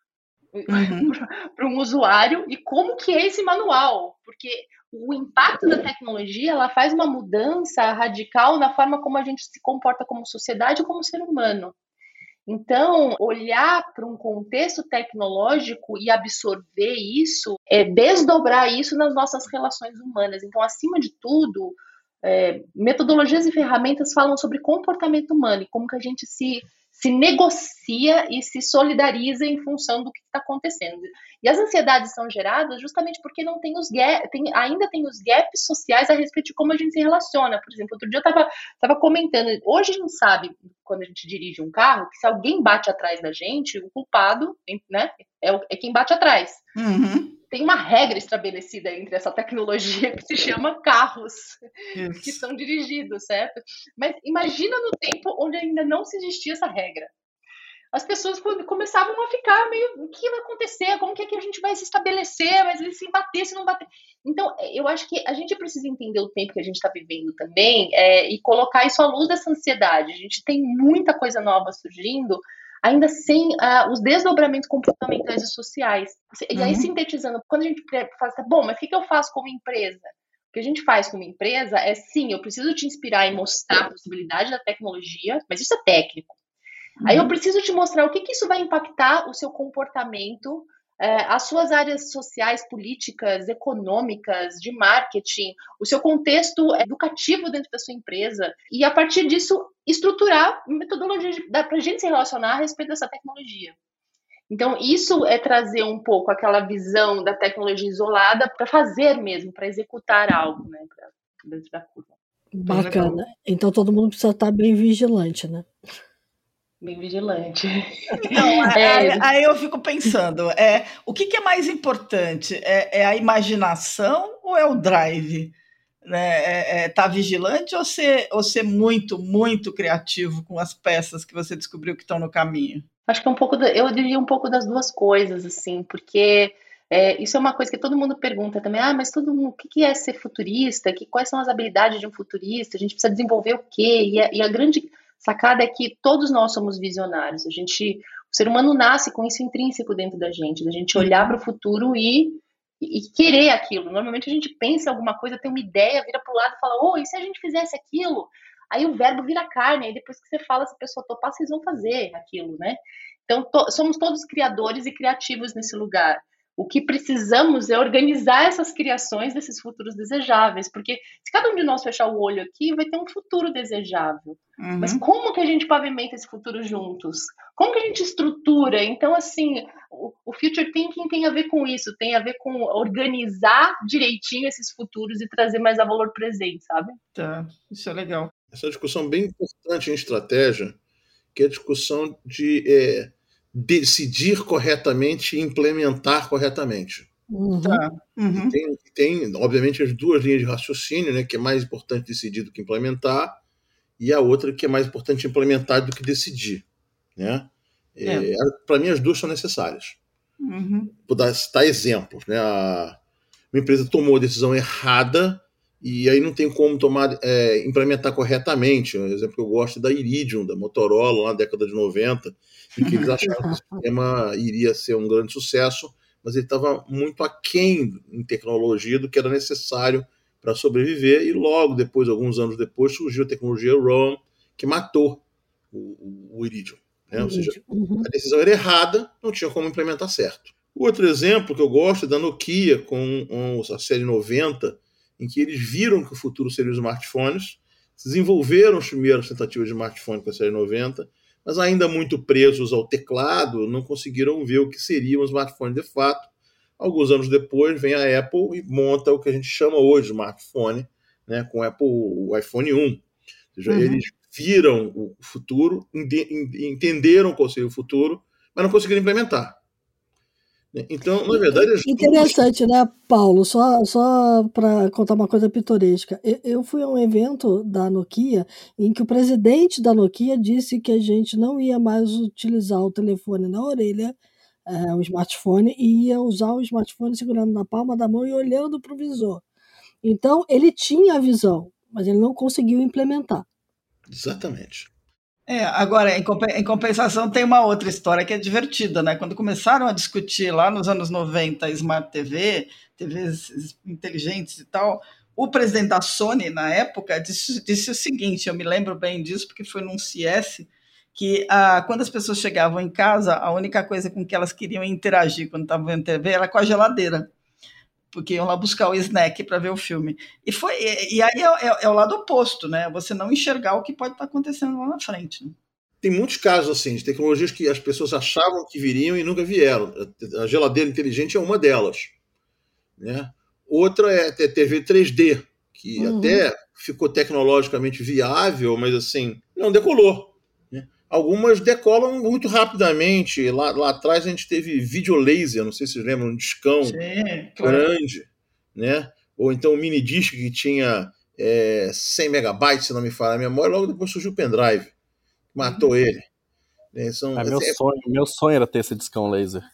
para um usuário e como que é esse manual, porque o impacto da tecnologia, ela faz uma mudança radical na forma como a gente se comporta como sociedade e como ser humano. Então, olhar para um contexto tecnológico e absorver isso, desdobrar isso nas nossas relações humanas. Então, acima de tudo, metodologias e ferramentas falam sobre comportamento humano e como que a gente se negocia e se solidariza em função do que está acontecendo. E as ansiedades são geradas justamente porque não tem ainda tem os gaps sociais a respeito de como a gente se relaciona. Por exemplo, outro dia eu estava comentando, hoje a gente sabe, quando a gente dirige um carro, que se alguém bate atrás da gente, o culpado, né, é quem bate atrás. Uhum. Tem uma regra estabelecida entre essa tecnologia que se chama carros, que são dirigidos, certo? Mas imagina no tempo onde ainda não se existia essa regra. As pessoas começavam a ficar meio, o que vai acontecer? Como que a gente vai se estabelecer? Mas se bater, se não bater? Então, eu acho que a gente precisa entender o tempo que a gente está vivendo também e colocar isso à luz dessa ansiedade. A gente tem muita coisa nova surgindo, ainda sem os desdobramentos comportamentais e sociais. E aí, sintetizando, quando a gente fala assim, bom, mas o que eu faço como empresa? O que a gente faz como empresa sim, eu preciso te inspirar e mostrar a possibilidade da tecnologia, mas isso é técnico. Aí eu preciso te mostrar o que isso vai impactar o seu comportamento, as suas áreas sociais, políticas, econômicas, de marketing, o seu contexto educativo dentro da sua empresa. E a partir disso, estruturar metodologias para a gente se relacionar a respeito dessa tecnologia. Então, isso é trazer um pouco aquela visão da tecnologia isolada para fazer mesmo, para executar algo, né, dentro da curva. Bacana. Então, todo mundo precisa estar bem vigilante, né? Bem vigilante. Não, aí eu fico pensando, o que é mais importante? É a imaginação ou é o drive? Né? Tá vigilante ou ser muito, muito criativo com as peças que você descobriu que estão no caminho? Acho que eu diria um pouco das duas coisas, assim, porque isso é uma coisa que todo mundo pergunta também, mas o que é ser futurista? Quais são as habilidades de um futurista? A gente precisa desenvolver o quê? E a grande sacada é que todos nós somos visionários. O ser humano nasce com isso intrínseco dentro da gente olhar para o futuro e querer aquilo. Normalmente a gente pensa em alguma coisa, tem uma ideia, vira para o lado e fala, e se a gente fizesse aquilo? Aí o verbo vira carne, aí depois que você fala, se a pessoa topar, vocês vão fazer aquilo, né? Então, somos todos criadores e criativos nesse lugar. O que precisamos é organizar essas criações desses futuros desejáveis, porque se cada um de nós fechar o olho aqui, vai ter um futuro desejável. Mas como que a gente pavimenta esse futuro juntos? Como que a gente estrutura? Então, assim, o Future Thinking tem a ver com isso, tem a ver com organizar direitinho esses futuros e trazer mais a valor presente, sabe? Tá, isso é legal. Essa é uma discussão bem importante em estratégia, que é a discussão de decidir corretamente e implementar corretamente. Tá. Tem, obviamente, as duas linhas de raciocínio, né, que é mais importante decidir do que implementar, e a outra que é mais importante implementar do que decidir. Né? Para mim, as duas são necessárias. Vou citar exemplos. Né? Uma empresa tomou a decisão errada e aí não tem como implementar corretamente. Um exemplo que eu gosto é da Iridium, da Motorola, lá na década de 90, em que eles acharam que o sistema iria ser um grande sucesso, mas ele estava muito aquém em tecnologia do que era necessário para sobreviver, e logo depois, alguns anos depois, surgiu a tecnologia ROM, que matou o Iridium. Né? Ou seja, a decisão era errada, não tinha como implementar certo. O outro exemplo que eu gosto é da Nokia, com a série 90, em que eles viram que o futuro seria os smartphones, desenvolveram as primeiras tentativas de smartphone com a série 90, mas ainda muito presos ao teclado, não conseguiram ver o que seria um smartphone de fato. Alguns anos depois, vem a Apple e monta o que a gente chama hoje de smartphone, né, com o iPhone 1. Ou seja, eles viram o futuro, entenderam qual seria o futuro, mas não conseguiram implementar. Então, na verdade... Interessante, né, Paulo? Só para contar uma coisa pitoresca. Eu fui a um evento da Nokia em que o presidente da Nokia disse que a gente não ia mais utilizar o telefone na orelha, o smartphone, e ia usar o smartphone segurando na palma da mão e olhando para o visor. Então, ele tinha a visão, mas ele não conseguiu implementar. Exatamente. Agora, em compensação, tem uma outra história que é divertida, né? Quando começaram a discutir lá nos anos 90 Smart TV, TVs inteligentes e tal, o presidente da Sony, na época, disse o seguinte, eu me lembro bem disso, porque foi num CS, que quando as pessoas chegavam em casa, a única coisa com que elas queriam interagir quando estavam vendo TV era com a geladeira, porque iam lá buscar o snack para ver o filme. E aí é o lado oposto, né? Você não enxergar o que pode estar acontecendo lá na frente. Né? Tem muitos casos assim, de tecnologias que as pessoas achavam que viriam e nunca vieram. A geladeira inteligente é uma delas. Né? Outra é a TV 3D, que até ficou tecnologicamente viável, mas assim, não decolou. Né? Algumas decolam muito rapidamente. Lá atrás a gente teve videolaser, não sei se vocês lembram, um discão grande, né? Ou então um mini disc que tinha 100 megabytes, se não me falha a memória, logo depois surgiu o pendrive, matou ele. Meu sonho era ter esse discão laser.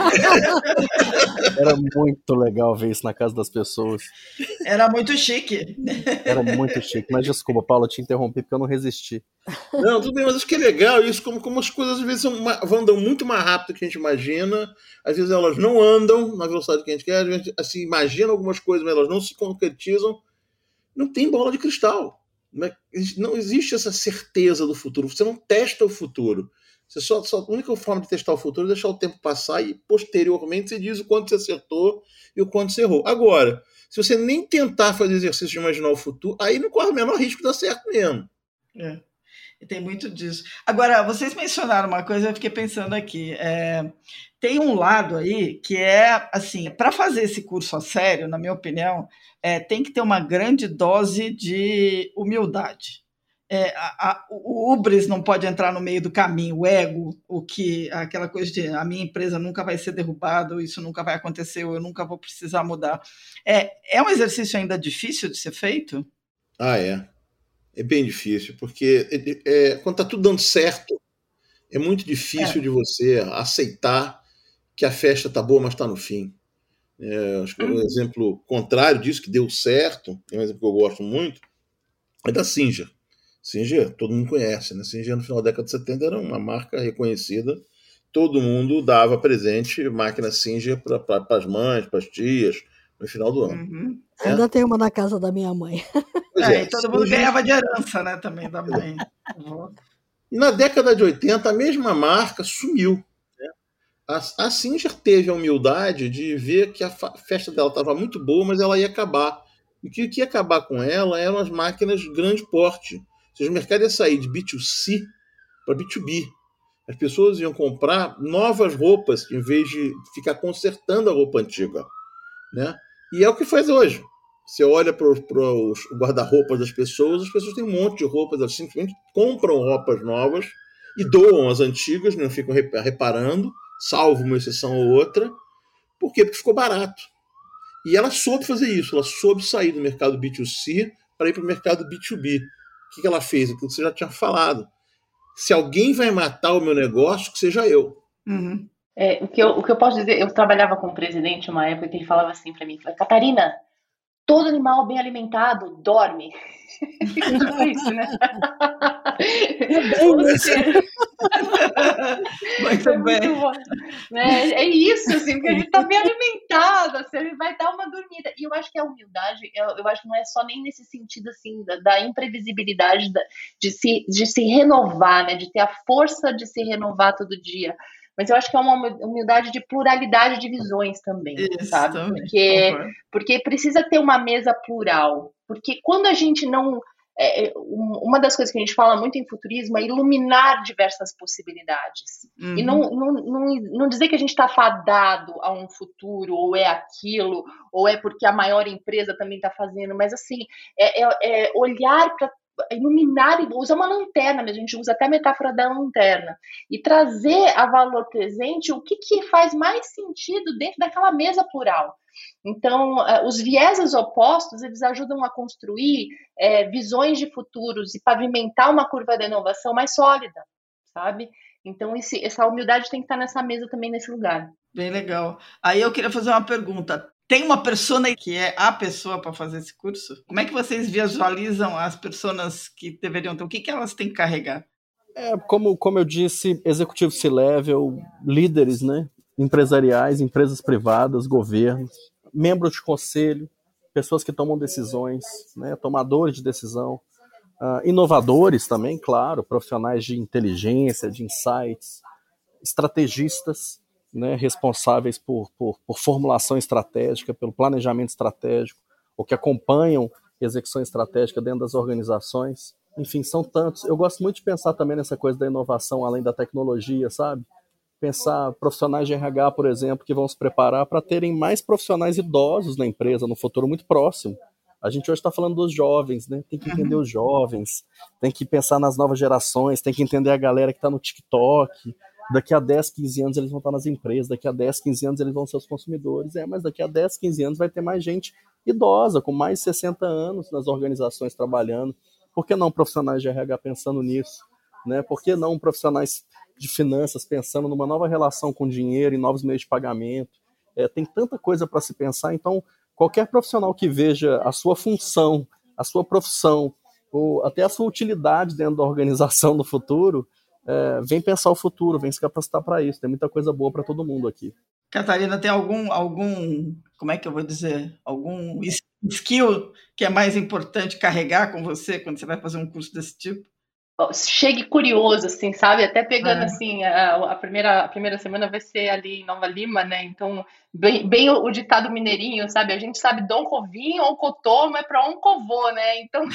Era muito legal ver isso na casa das pessoas. Era muito chique. Era muito chique. Mas desculpa, Paulo, eu te interrompi porque eu não resisti. Não, tudo bem, mas acho que é legal isso, como as coisas às vezes andam muito mais rápido do que a gente imagina, às vezes elas não andam na velocidade que a gente quer, a gente assim, imagina algumas coisas, mas elas não se concretizam. Não tem bola de cristal. Não existe essa certeza do futuro. Você não testa o futuro. A única forma de testar o futuro é deixar o tempo passar e, posteriormente, você diz o quanto você acertou e o quanto você errou. Agora, se você nem tentar fazer exercício de imaginar o futuro, aí não corre o menor risco de dar certo mesmo. E tem muito disso. Agora, vocês mencionaram uma coisa, eu fiquei pensando aqui. Tem um lado aí que é, assim, para fazer esse curso a sério, na minha opinião, tem que ter uma grande dose de humildade. O hubris não pode entrar no meio do caminho, o ego, aquela coisa de a minha empresa nunca vai ser derrubada, isso nunca vai acontecer, eu nunca vou precisar mudar. É um exercício ainda difícil de ser feito? É bem difícil, porque quando está tudo dando certo, é muito difícil de você aceitar que a festa está boa, mas está no fim. Acho que um exemplo contrário disso, que deu certo, tem um exemplo que eu gosto muito, é da Singer. Singer, todo mundo conhece, né? Singer no final da década de 70 era uma marca reconhecida, todo mundo dava presente, máquina Singer para as mães, para as tias, no final do ano. Ainda tem uma na casa da minha mãe. E todo mundo ganhava de herança, né, também da mãe. E na década de 80, a mesma marca sumiu. Né? A Singer teve a humildade de ver que a festa dela estava muito boa, mas ela ia acabar. E que o que ia acabar com ela eram as máquinas de grande porte. Ou seja, o mercado ia sair de B2C para B2B. As pessoas iam comprar novas roupas em vez de ficar consertando a roupa antiga, né? E é o que faz hoje. Você olha para os guarda-roupas das pessoas têm um monte de roupas, elas simplesmente compram roupas novas e doam as antigas, não ficam reparando, salvo uma exceção ou outra. Por quê? Porque ficou barato. E ela soube fazer isso, ela soube sair do mercado B2C para ir para o mercado B2B. O que ela fez? Aquilo que você já tinha falado. Se alguém vai matar o meu negócio, que seja eu. Uhum. O que eu posso dizer, eu trabalhava com um presidente uma época que ele falava assim para mim, Catarina, todo animal bem alimentado dorme. É isso, né? Muito bem. Muito bom. É isso, assim, porque a gente está bem alimentado, assim, a gente vai dar uma dormida. E eu acho que a humildade, eu acho que não é só nem nesse sentido assim, da imprevisibilidade de se renovar, né? De ter a força de se renovar todo dia. Mas eu acho que é uma humildade de pluralidade de visões também, isso, sabe? Também, porque precisa ter uma mesa plural. Porque quando a gente não... uma das coisas que a gente fala muito em futurismo é iluminar diversas possibilidades. Uhum. E não dizer que a gente está fadado a um futuro, ou é aquilo, ou é porque a maior empresa também está fazendo, mas assim, olhar para iluminar, usar uma lanterna, a gente usa até a metáfora da lanterna, e trazer a valor presente o que faz mais sentido dentro daquela mesa plural. Então, os vieses opostos, eles ajudam a construir visões de futuros e pavimentar uma curva de inovação mais sólida, sabe? Então, essa humildade tem que estar nessa mesa também, nesse lugar. Bem legal. Aí eu queria fazer uma pergunta. Tem uma persona que é a pessoa para fazer esse curso? Como é que vocês visualizam as pessoas que deveriam ter? O que elas têm que carregar? Como eu disse, executivo C-level, líderes, né? Empresariais, empresas privadas, governos, membros de conselho, pessoas que tomam decisões, né? Tomadores de decisão, inovadores também, claro, profissionais de inteligência, de insights, estrategistas, né, responsáveis por formulação estratégica, pelo planejamento estratégico, ou que acompanham execução estratégica dentro das organizações. Enfim, são tantos. Eu gosto muito de pensar também nessa coisa da inovação além da tecnologia, sabe? Pensar profissionais de RH, por exemplo, que vão se preparar para terem mais profissionais idosos na empresa no futuro muito próximo. A gente hoje está falando dos jovens, né? Tem que entender os jovens, tem que pensar nas novas gerações, tem que entender a galera que está no TikTok. Daqui a 10, 15 anos eles vão estar nas empresas, daqui a 10, 15 anos eles vão ser os consumidores, mas daqui a 10, 15 anos vai ter mais gente idosa, com mais de 60 anos nas organizações trabalhando. Por que não profissionais de RH pensando nisso? Né? Por que não profissionais de finanças pensando numa nova relação com dinheiro e novos meios de pagamento? Tem tanta coisa para se pensar, então qualquer profissional que veja a sua função, a sua profissão, ou até a sua utilidade dentro da organização do futuro, vem pensar o futuro, vem se capacitar para isso. Tem muita coisa boa para todo mundo aqui. Catarina, tem algum, como é que eu vou dizer, algum skill que é mais importante carregar com você quando você vai fazer um curso desse tipo? Chegue curioso, assim, sabe? Até pegando, assim, a primeira semana vai ser ali em Nova Lima, né? Então, bem o ditado mineirinho, sabe? A gente sabe Dom Covinho ou Cotô, mas para um covô, né? Então,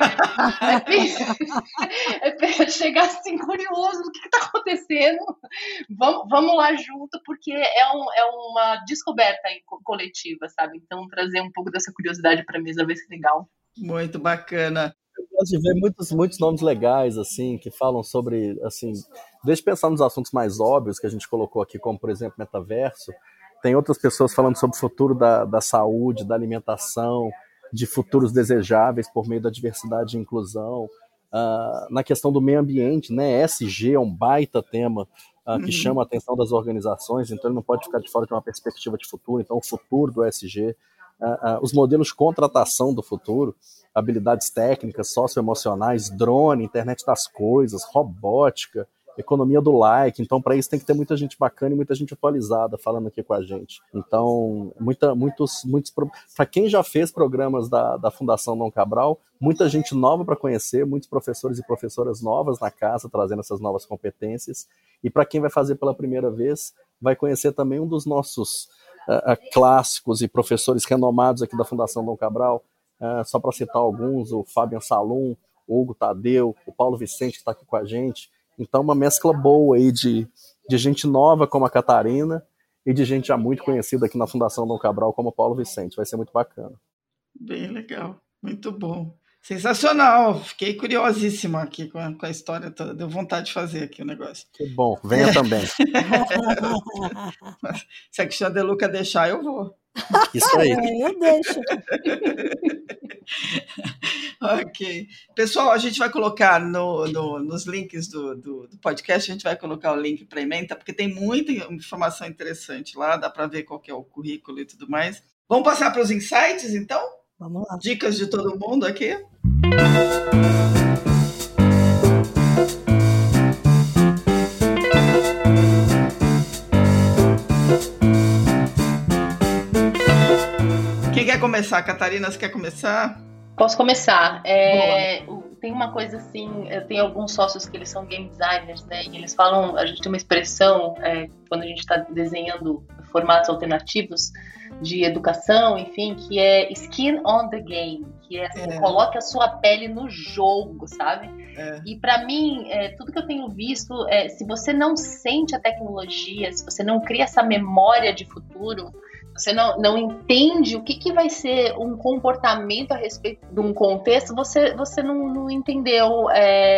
chegar assim, curioso, o que está acontecendo? Vamos lá junto, porque é uma descoberta coletiva, sabe? Então, trazer um pouco dessa curiosidade para a mesa vai ser legal. Muito bacana. Eu gosto de ver muitos nomes legais, assim, que falam sobre, assim, deixa eu pensar nos assuntos mais óbvios que a gente colocou aqui, como, por exemplo, metaverso. Tem outras pessoas falando sobre o futuro da saúde, da alimentação, de futuros desejáveis por meio da diversidade e inclusão. Na questão do meio ambiente, né? ESG é um baita tema que chama a atenção das organizações, então ele não pode ficar de fora de uma perspectiva de futuro. Então, o futuro do ESG, os modelos de contratação do futuro, habilidades técnicas, socioemocionais, drone, internet das coisas, robótica, economia do like. Então, para isso tem que ter muita gente bacana e muita gente atualizada falando aqui com a gente. Então, para quem já fez programas da Fundação Dom Cabral, muita gente nova para conhecer, muitos professores e professoras novas na casa, trazendo essas novas competências. E para quem vai fazer pela primeira vez, vai conhecer também um dos nossos clássicos e professores renomados aqui da Fundação Dom Cabral, só para citar alguns, o Fabian Salum, o Hugo Tadeu, o Paulo Vicente, que está aqui com a gente. Então, uma mescla boa aí de gente nova como a Catarina e de gente já muito conhecida aqui na Fundação Dom Cabral como o Paulo Vicente. Vai ser muito bacana. Bem legal, muito bom. Sensacional, fiquei curiosíssima aqui com a história toda, deu vontade de fazer aqui o negócio. Que bom, venha também. Se a Cristina De Luca deixar, eu vou. Isso aí. Eu deixo. Ok. Pessoal, a gente vai colocar nos links do podcast, a gente vai colocar o link para a ementa, porque tem muita informação interessante lá, dá para ver qual que é o currículo e tudo mais. Vamos passar para os insights, então? Vamos lá. Dicas de todo mundo aqui? Quem quer começar? Catarina, você quer começar? Posso começar. Tem uma coisa assim, eu tenho alguns sócios que eles são game designers, né? E eles falam, a gente tem uma expressão quando a gente está desenhando formatos alternativos de educação, enfim, que é skin on the game, que é assim, coloque a sua pele no jogo, sabe? E para mim, tudo que eu tenho visto, se você não sente a tecnologia, se você não cria essa memória de futuro, você não entende o que vai ser um comportamento a respeito de um contexto, você não entendeu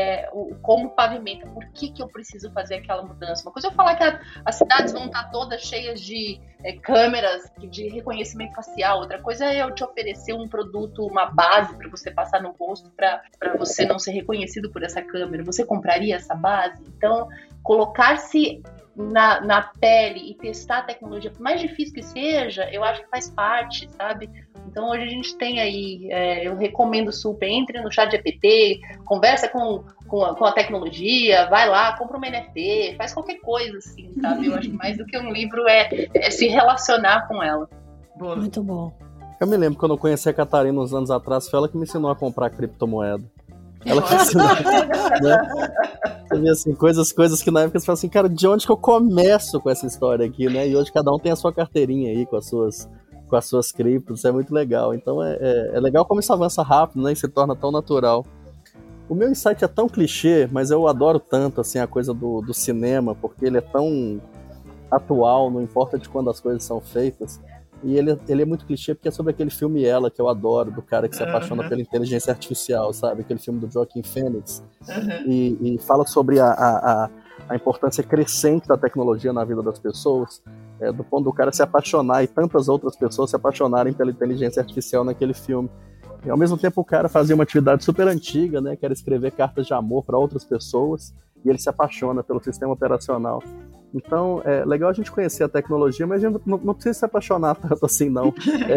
como pavimenta, por que eu preciso fazer aquela mudança. Uma coisa é eu falar que as cidades vão estar todas cheias de câmeras de reconhecimento facial, outra coisa é eu te oferecer um produto, uma base para você passar no rosto para você não ser reconhecido por essa câmera. Você compraria essa base? Então, colocar-se na pele e testar a tecnologia, por mais difícil que seja, eu acho que faz parte, sabe? Então hoje a gente tem aí, eu recomendo super, entre no ChatGPT, conversa com a tecnologia, vai lá, compra uma NFT, faz qualquer coisa assim, sabe? Eu acho que mais do que um livro é se relacionar com ela. Boa. Muito bom. Eu me lembro quando eu conheci a Catarina uns anos atrás, foi ela que me ensinou a comprar criptomoeda. Ela que ensinou, né? Você vê assim, coisas que na época você fala assim, cara, de onde que eu começo com essa história aqui, né? E hoje cada um tem a sua carteirinha aí com as suas criptos, isso é muito legal. Então é legal como isso avança rápido, né? E se torna tão natural. O meu insight é tão clichê, mas eu adoro tanto assim, a coisa do cinema, porque ele é tão atual, não importa de quando as coisas são feitas. E ele é muito clichê porque é sobre aquele filme Ela, que eu adoro, do cara que se apaixona pela inteligência artificial, sabe? Aquele filme do Joaquin Phoenix. E fala sobre a importância crescente da tecnologia na vida das pessoas, do ponto do cara se apaixonar e tantas outras pessoas se apaixonarem pela inteligência artificial naquele filme. E ao mesmo tempo o cara fazia uma atividade super antiga, né? Que era escrever cartas de amor para outras pessoas, e ele se apaixona pelo sistema operacional. Então, é legal a gente conhecer a tecnologia, mas a gente não precisa se apaixonar tanto assim, não.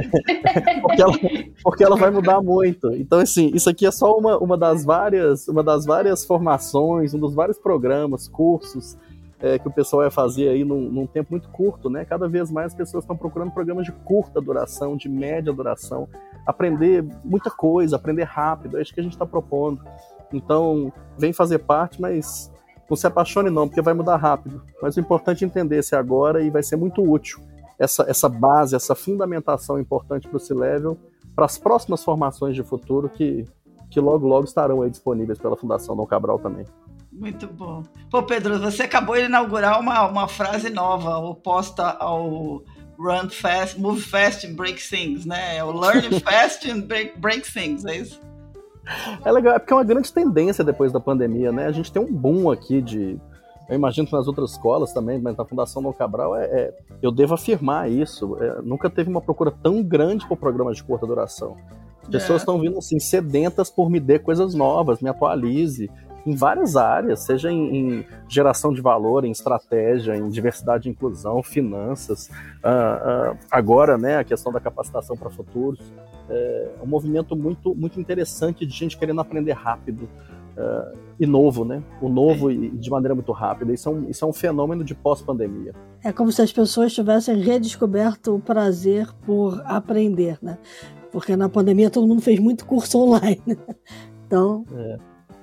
Porque ela vai mudar muito. Então, assim, isso aqui é só uma das várias formações, um dos vários programas, cursos que o pessoal vai fazer aí num tempo muito curto, né? Cada vez mais as pessoas estão procurando programas de curta duração, de média duração, aprender muita coisa, aprender rápido, é isso que a gente está propondo. Então, vem fazer parte, mas não se apaixone não, porque vai mudar rápido. Mas o importante é entender esse agora e vai ser muito útil essa base, essa fundamentação importante para o C-Level, para as próximas formações de futuro que logo estarão aí disponíveis pela Fundação Dom Cabral também. Muito bom. Pô, Pedro, você acabou de inaugurar uma frase nova, oposta ao Run Fast, Move Fast and Break Things, né? É o Learn Fast and Break Things, é isso? É legal, é porque é uma grande tendência depois da pandemia, né? A gente tem um boom aqui eu imagino que nas outras escolas também, mas na Fundação Dom Cabral, eu devo afirmar isso, nunca teve uma procura tão grande por programas de curta duração. As pessoas estão vindo assim, sedentas por me dê coisas novas, me atualize, em várias áreas, seja em geração de valor, em estratégia, em diversidade e inclusão, finanças, agora, né, a questão da capacitação para futuros. É um movimento muito, muito interessante de gente querendo aprender rápido e novo, né? O novo e de maneira muito rápida. Isso é um fenômeno de pós-pandemia. É como se as pessoas tivessem redescoberto o prazer por aprender, né? Porque na pandemia todo mundo fez muito curso online. Então...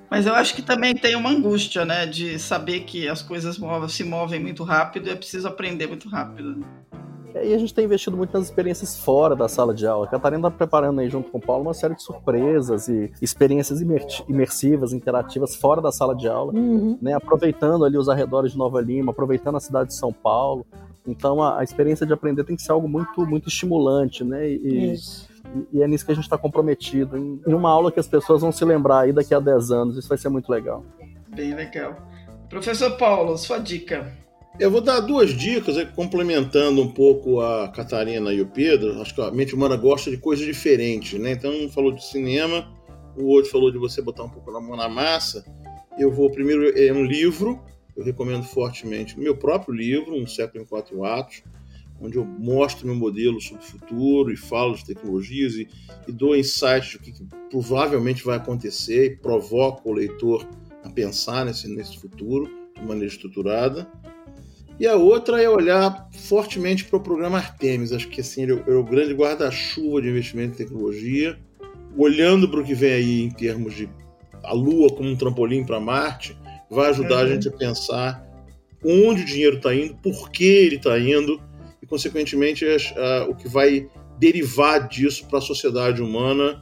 Mas eu acho que também tem uma angústia, né, de saber que as coisas se movem muito rápido e é preciso aprender muito rápido. E a gente tem investido muito nas experiências fora da sala de aula. A Catarina está preparando aí junto com o Paulo uma série de surpresas e experiências imersivas, interativas fora da sala de aula, né? Aproveitando ali os arredores de Nova Lima, aproveitando a cidade de São Paulo. Então a experiência de aprender tem que ser algo muito, muito estimulante, né? E é nisso que a gente está comprometido, em uma aula que as pessoas vão se lembrar aí daqui a 10 anos. Isso vai ser muito legal. Bem legal. Professor Paulo, sua dica. Eu vou dar 2 dicas, complementando um pouco a Catarina e o Pedro. Acho que a mente humana gosta de coisas diferentes, né? Então, um falou de cinema, o outro falou de você botar um pouco a mão na massa. Eu vou primeiro, um livro, eu recomendo fortemente o meu próprio livro, Um Século em 4 Atos, onde eu mostro meu modelo sobre o futuro e falo de tecnologias e dou insights do que provavelmente vai acontecer e provoco o leitor a pensar nesse futuro de maneira estruturada. E a outra é olhar fortemente para o programa Artemis. Acho que assim, ele é o grande guarda-chuva de investimento em tecnologia, olhando para o que vem aí em termos de a Lua como um trampolim para Marte, vai ajudar a gente a pensar onde o dinheiro está indo, por que ele está indo, e, consequentemente, o que vai derivar disso para a sociedade humana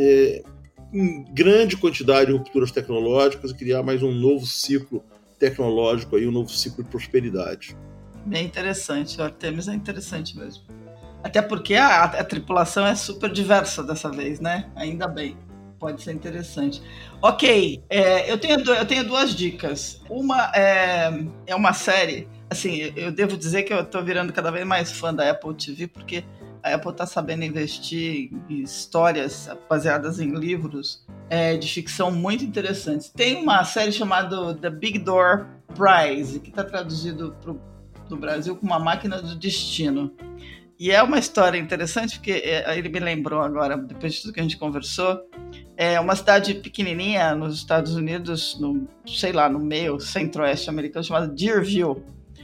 em grande quantidade de rupturas tecnológicas e criar mais um novo ciclo tecnológico, aí, um novo ciclo de prosperidade. Bem interessante, o Artemis é interessante mesmo. Até porque a tripulação é super diversa dessa vez, né? Ainda bem, pode ser interessante. Ok, eu tenho 2 dicas. Uma é uma série, assim, eu devo dizer que eu estou virando cada vez mais fã da Apple TV, porque a Apple está sabendo investir em histórias baseadas em livros de ficção muito interessantes. Tem uma série chamada The Big Door Prize, que está traduzido para o Brasil como A Máquina do Destino. E é uma história interessante, porque ele me lembrou agora, depois de tudo que a gente conversou, é uma cidade pequenininha nos Estados Unidos, no meio centro-oeste americano, chamada Deerville.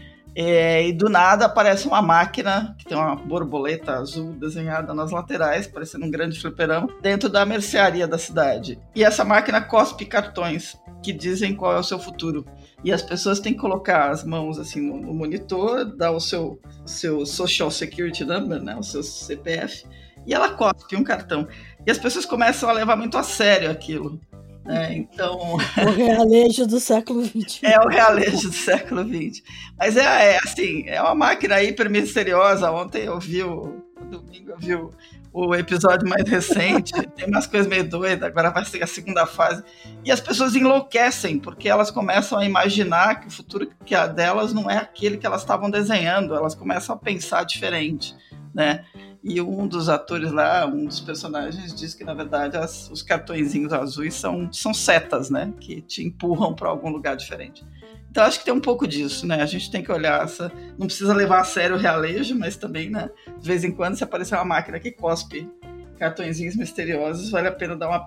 E do nada aparece uma máquina que tem uma borboleta azul desenhada nas laterais, parecendo um grande fliperama, dentro da mercearia da cidade. E essa máquina cospe cartões que dizem qual é o seu futuro. E as pessoas têm que colocar as mãos assim no monitor, dar o seu Social Security Number, né, o seu CPF, e ela cospe um cartão. E as pessoas começam a levar muito a sério aquilo. Então... O realejo do século XX. É o realejo do século XX. Mas assim, é uma máquina hiper misteriosa. Ontem domingo eu vi o episódio mais recente, tem umas coisas meio doidas, agora vai ser a segunda fase. E as pessoas enlouquecem, porque elas começam a imaginar que o futuro delas não é aquele que elas estavam desenhando, elas começam a pensar diferente, né? E um dos atores lá, um dos personagens, diz que, na verdade, os cartõezinhos azuis são setas, né? Que te empurram para algum lugar diferente. Então, acho que tem um pouco disso, né? A gente tem que olhar não precisa levar a sério o realejo, mas também, né? De vez em quando, se aparecer uma máquina que cospe cartõezinhos misteriosos, vale a pena dar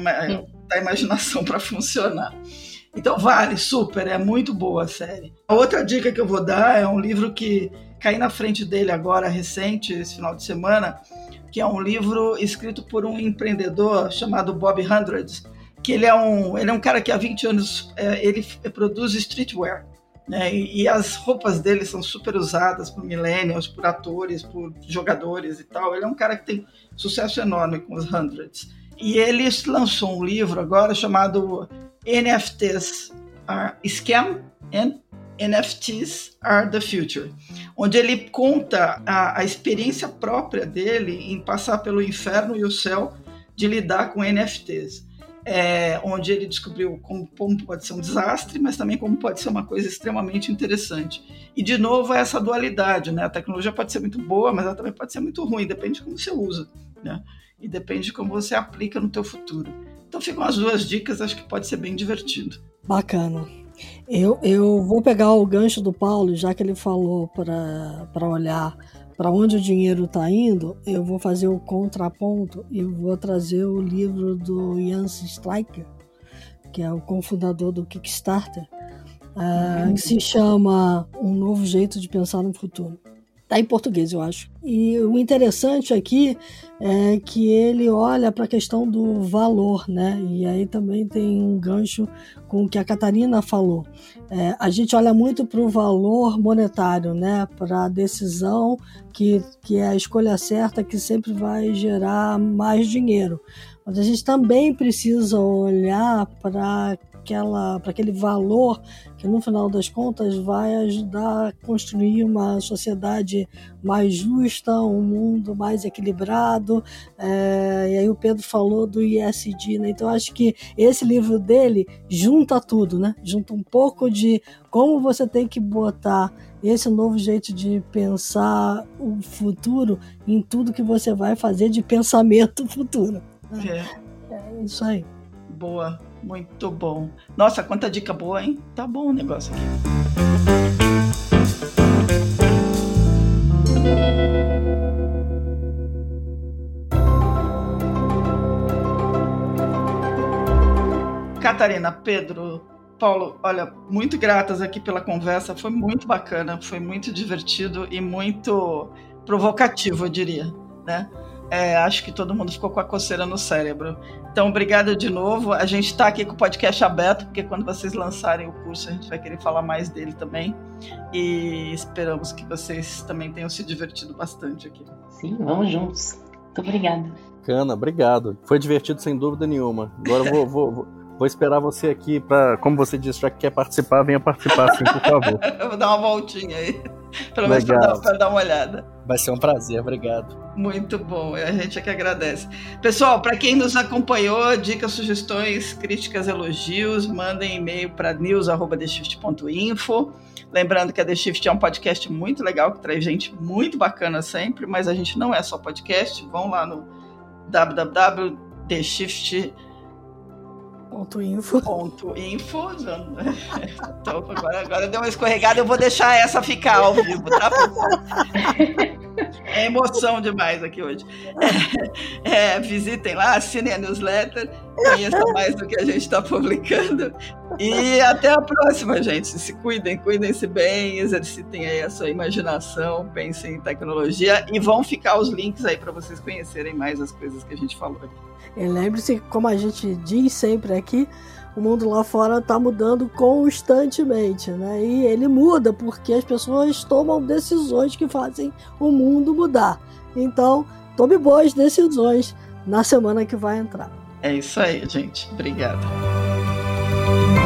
a imaginação para funcionar. Então, vale, super, é muito boa a série. A outra dica que eu vou dar é um livro que caí na frente dele agora, recente, esse final de semana, que é um livro escrito por um empreendedor chamado Bob Hundreds, que ele é um cara que há 20 anos ele produz streetwear, né? E as roupas dele são super usadas por millennials, por atores, por jogadores e tal. Ele é um cara que tem sucesso enorme com os Hundreds. E ele lançou um livro agora chamado NFTs Are Scam and NFTs Are the Future, onde ele conta a experiência própria dele em passar pelo inferno e o céu de lidar com NFTs. Onde ele descobriu como pode ser um desastre, mas também como pode ser uma coisa extremamente interessante. E, de novo, é essa dualidade, né? A tecnologia pode ser muito boa, mas ela também pode ser muito ruim, depende de como você usa, né? E depende de como você aplica no teu futuro. Então ficam as 2 dicas, acho que pode ser bem divertido. Bacana. Eu vou pegar o gancho do Paulo, já que ele falou para olhar para onde o dinheiro está indo, eu vou fazer o contraponto e vou trazer o livro do Jens Stryker, que é o cofundador do Kickstarter, que se chama Um Novo Jeito de Pensar no Futuro. Está em português, eu acho. E o interessante aqui é que ele olha para a questão do valor, né? E aí também tem um gancho com o que a Catarina falou. A gente olha muito para o valor monetário, né? Para a decisão que é a escolha certa, que sempre vai gerar mais dinheiro. Mas a gente também precisa olhar para aquele valor que, no final das contas, vai ajudar a construir uma sociedade mais justa, um mundo mais equilibrado. E aí o Pedro falou do ESG, né? Então acho que esse livro dele junta tudo, né? Junta um pouco de como você tem que botar esse novo jeito de pensar o futuro em tudo que você vai fazer de pensamento futuro. É isso aí. Boa. Muito bom. Nossa, quanta dica boa, hein? Tá bom o negócio aqui. Catarina, Pedro, Paulo, olha, muito gratas aqui pela conversa. Foi muito bacana, foi muito divertido e muito provocativo, eu diria, né? Acho que todo mundo ficou com a coceira no cérebro. Então, obrigada de novo. A gente está aqui com o podcast aberto, porque quando vocês lançarem o curso, a gente vai querer falar mais dele também. E esperamos que vocês também tenham se divertido bastante aqui. Sim, vamos juntos. Muito obrigada. Bacana, obrigado. Foi divertido sem dúvida nenhuma. Agora eu vou esperar você aqui para, como você disse, já que quer participar, venha participar sim, por favor. Eu vou dar uma voltinha aí, pelo menos para dar uma olhada. Vai ser um prazer, obrigado. Muito bom, a gente é que agradece. Pessoal, para quem nos acompanhou, dicas, sugestões, críticas, elogios, mandem e-mail para news@theshift.info. Lembrando que a The Shift é um podcast muito legal, que traz gente muito bacana sempre, mas a gente não é só podcast. Vão lá no www.theshift.info. Então, agora deu uma escorregada, eu vou deixar essa ficar ao vivo, tá? É emoção demais aqui hoje. Visitem lá, assinem a newsletter, conheçam mais do que a gente está publicando. E até a próxima, gente. Se cuidem-se bem, exercitem aí a sua imaginação, pensem em tecnologia e vão ficar os links aí para vocês conhecerem mais as coisas que a gente falou aqui. E lembre-se, como a gente diz sempre aqui, o mundo lá fora está mudando constantemente, né? E ele muda porque as pessoas tomam decisões que fazem o mundo mudar. Então, tome boas decisões na semana que vai entrar. É isso aí, gente. Obrigada.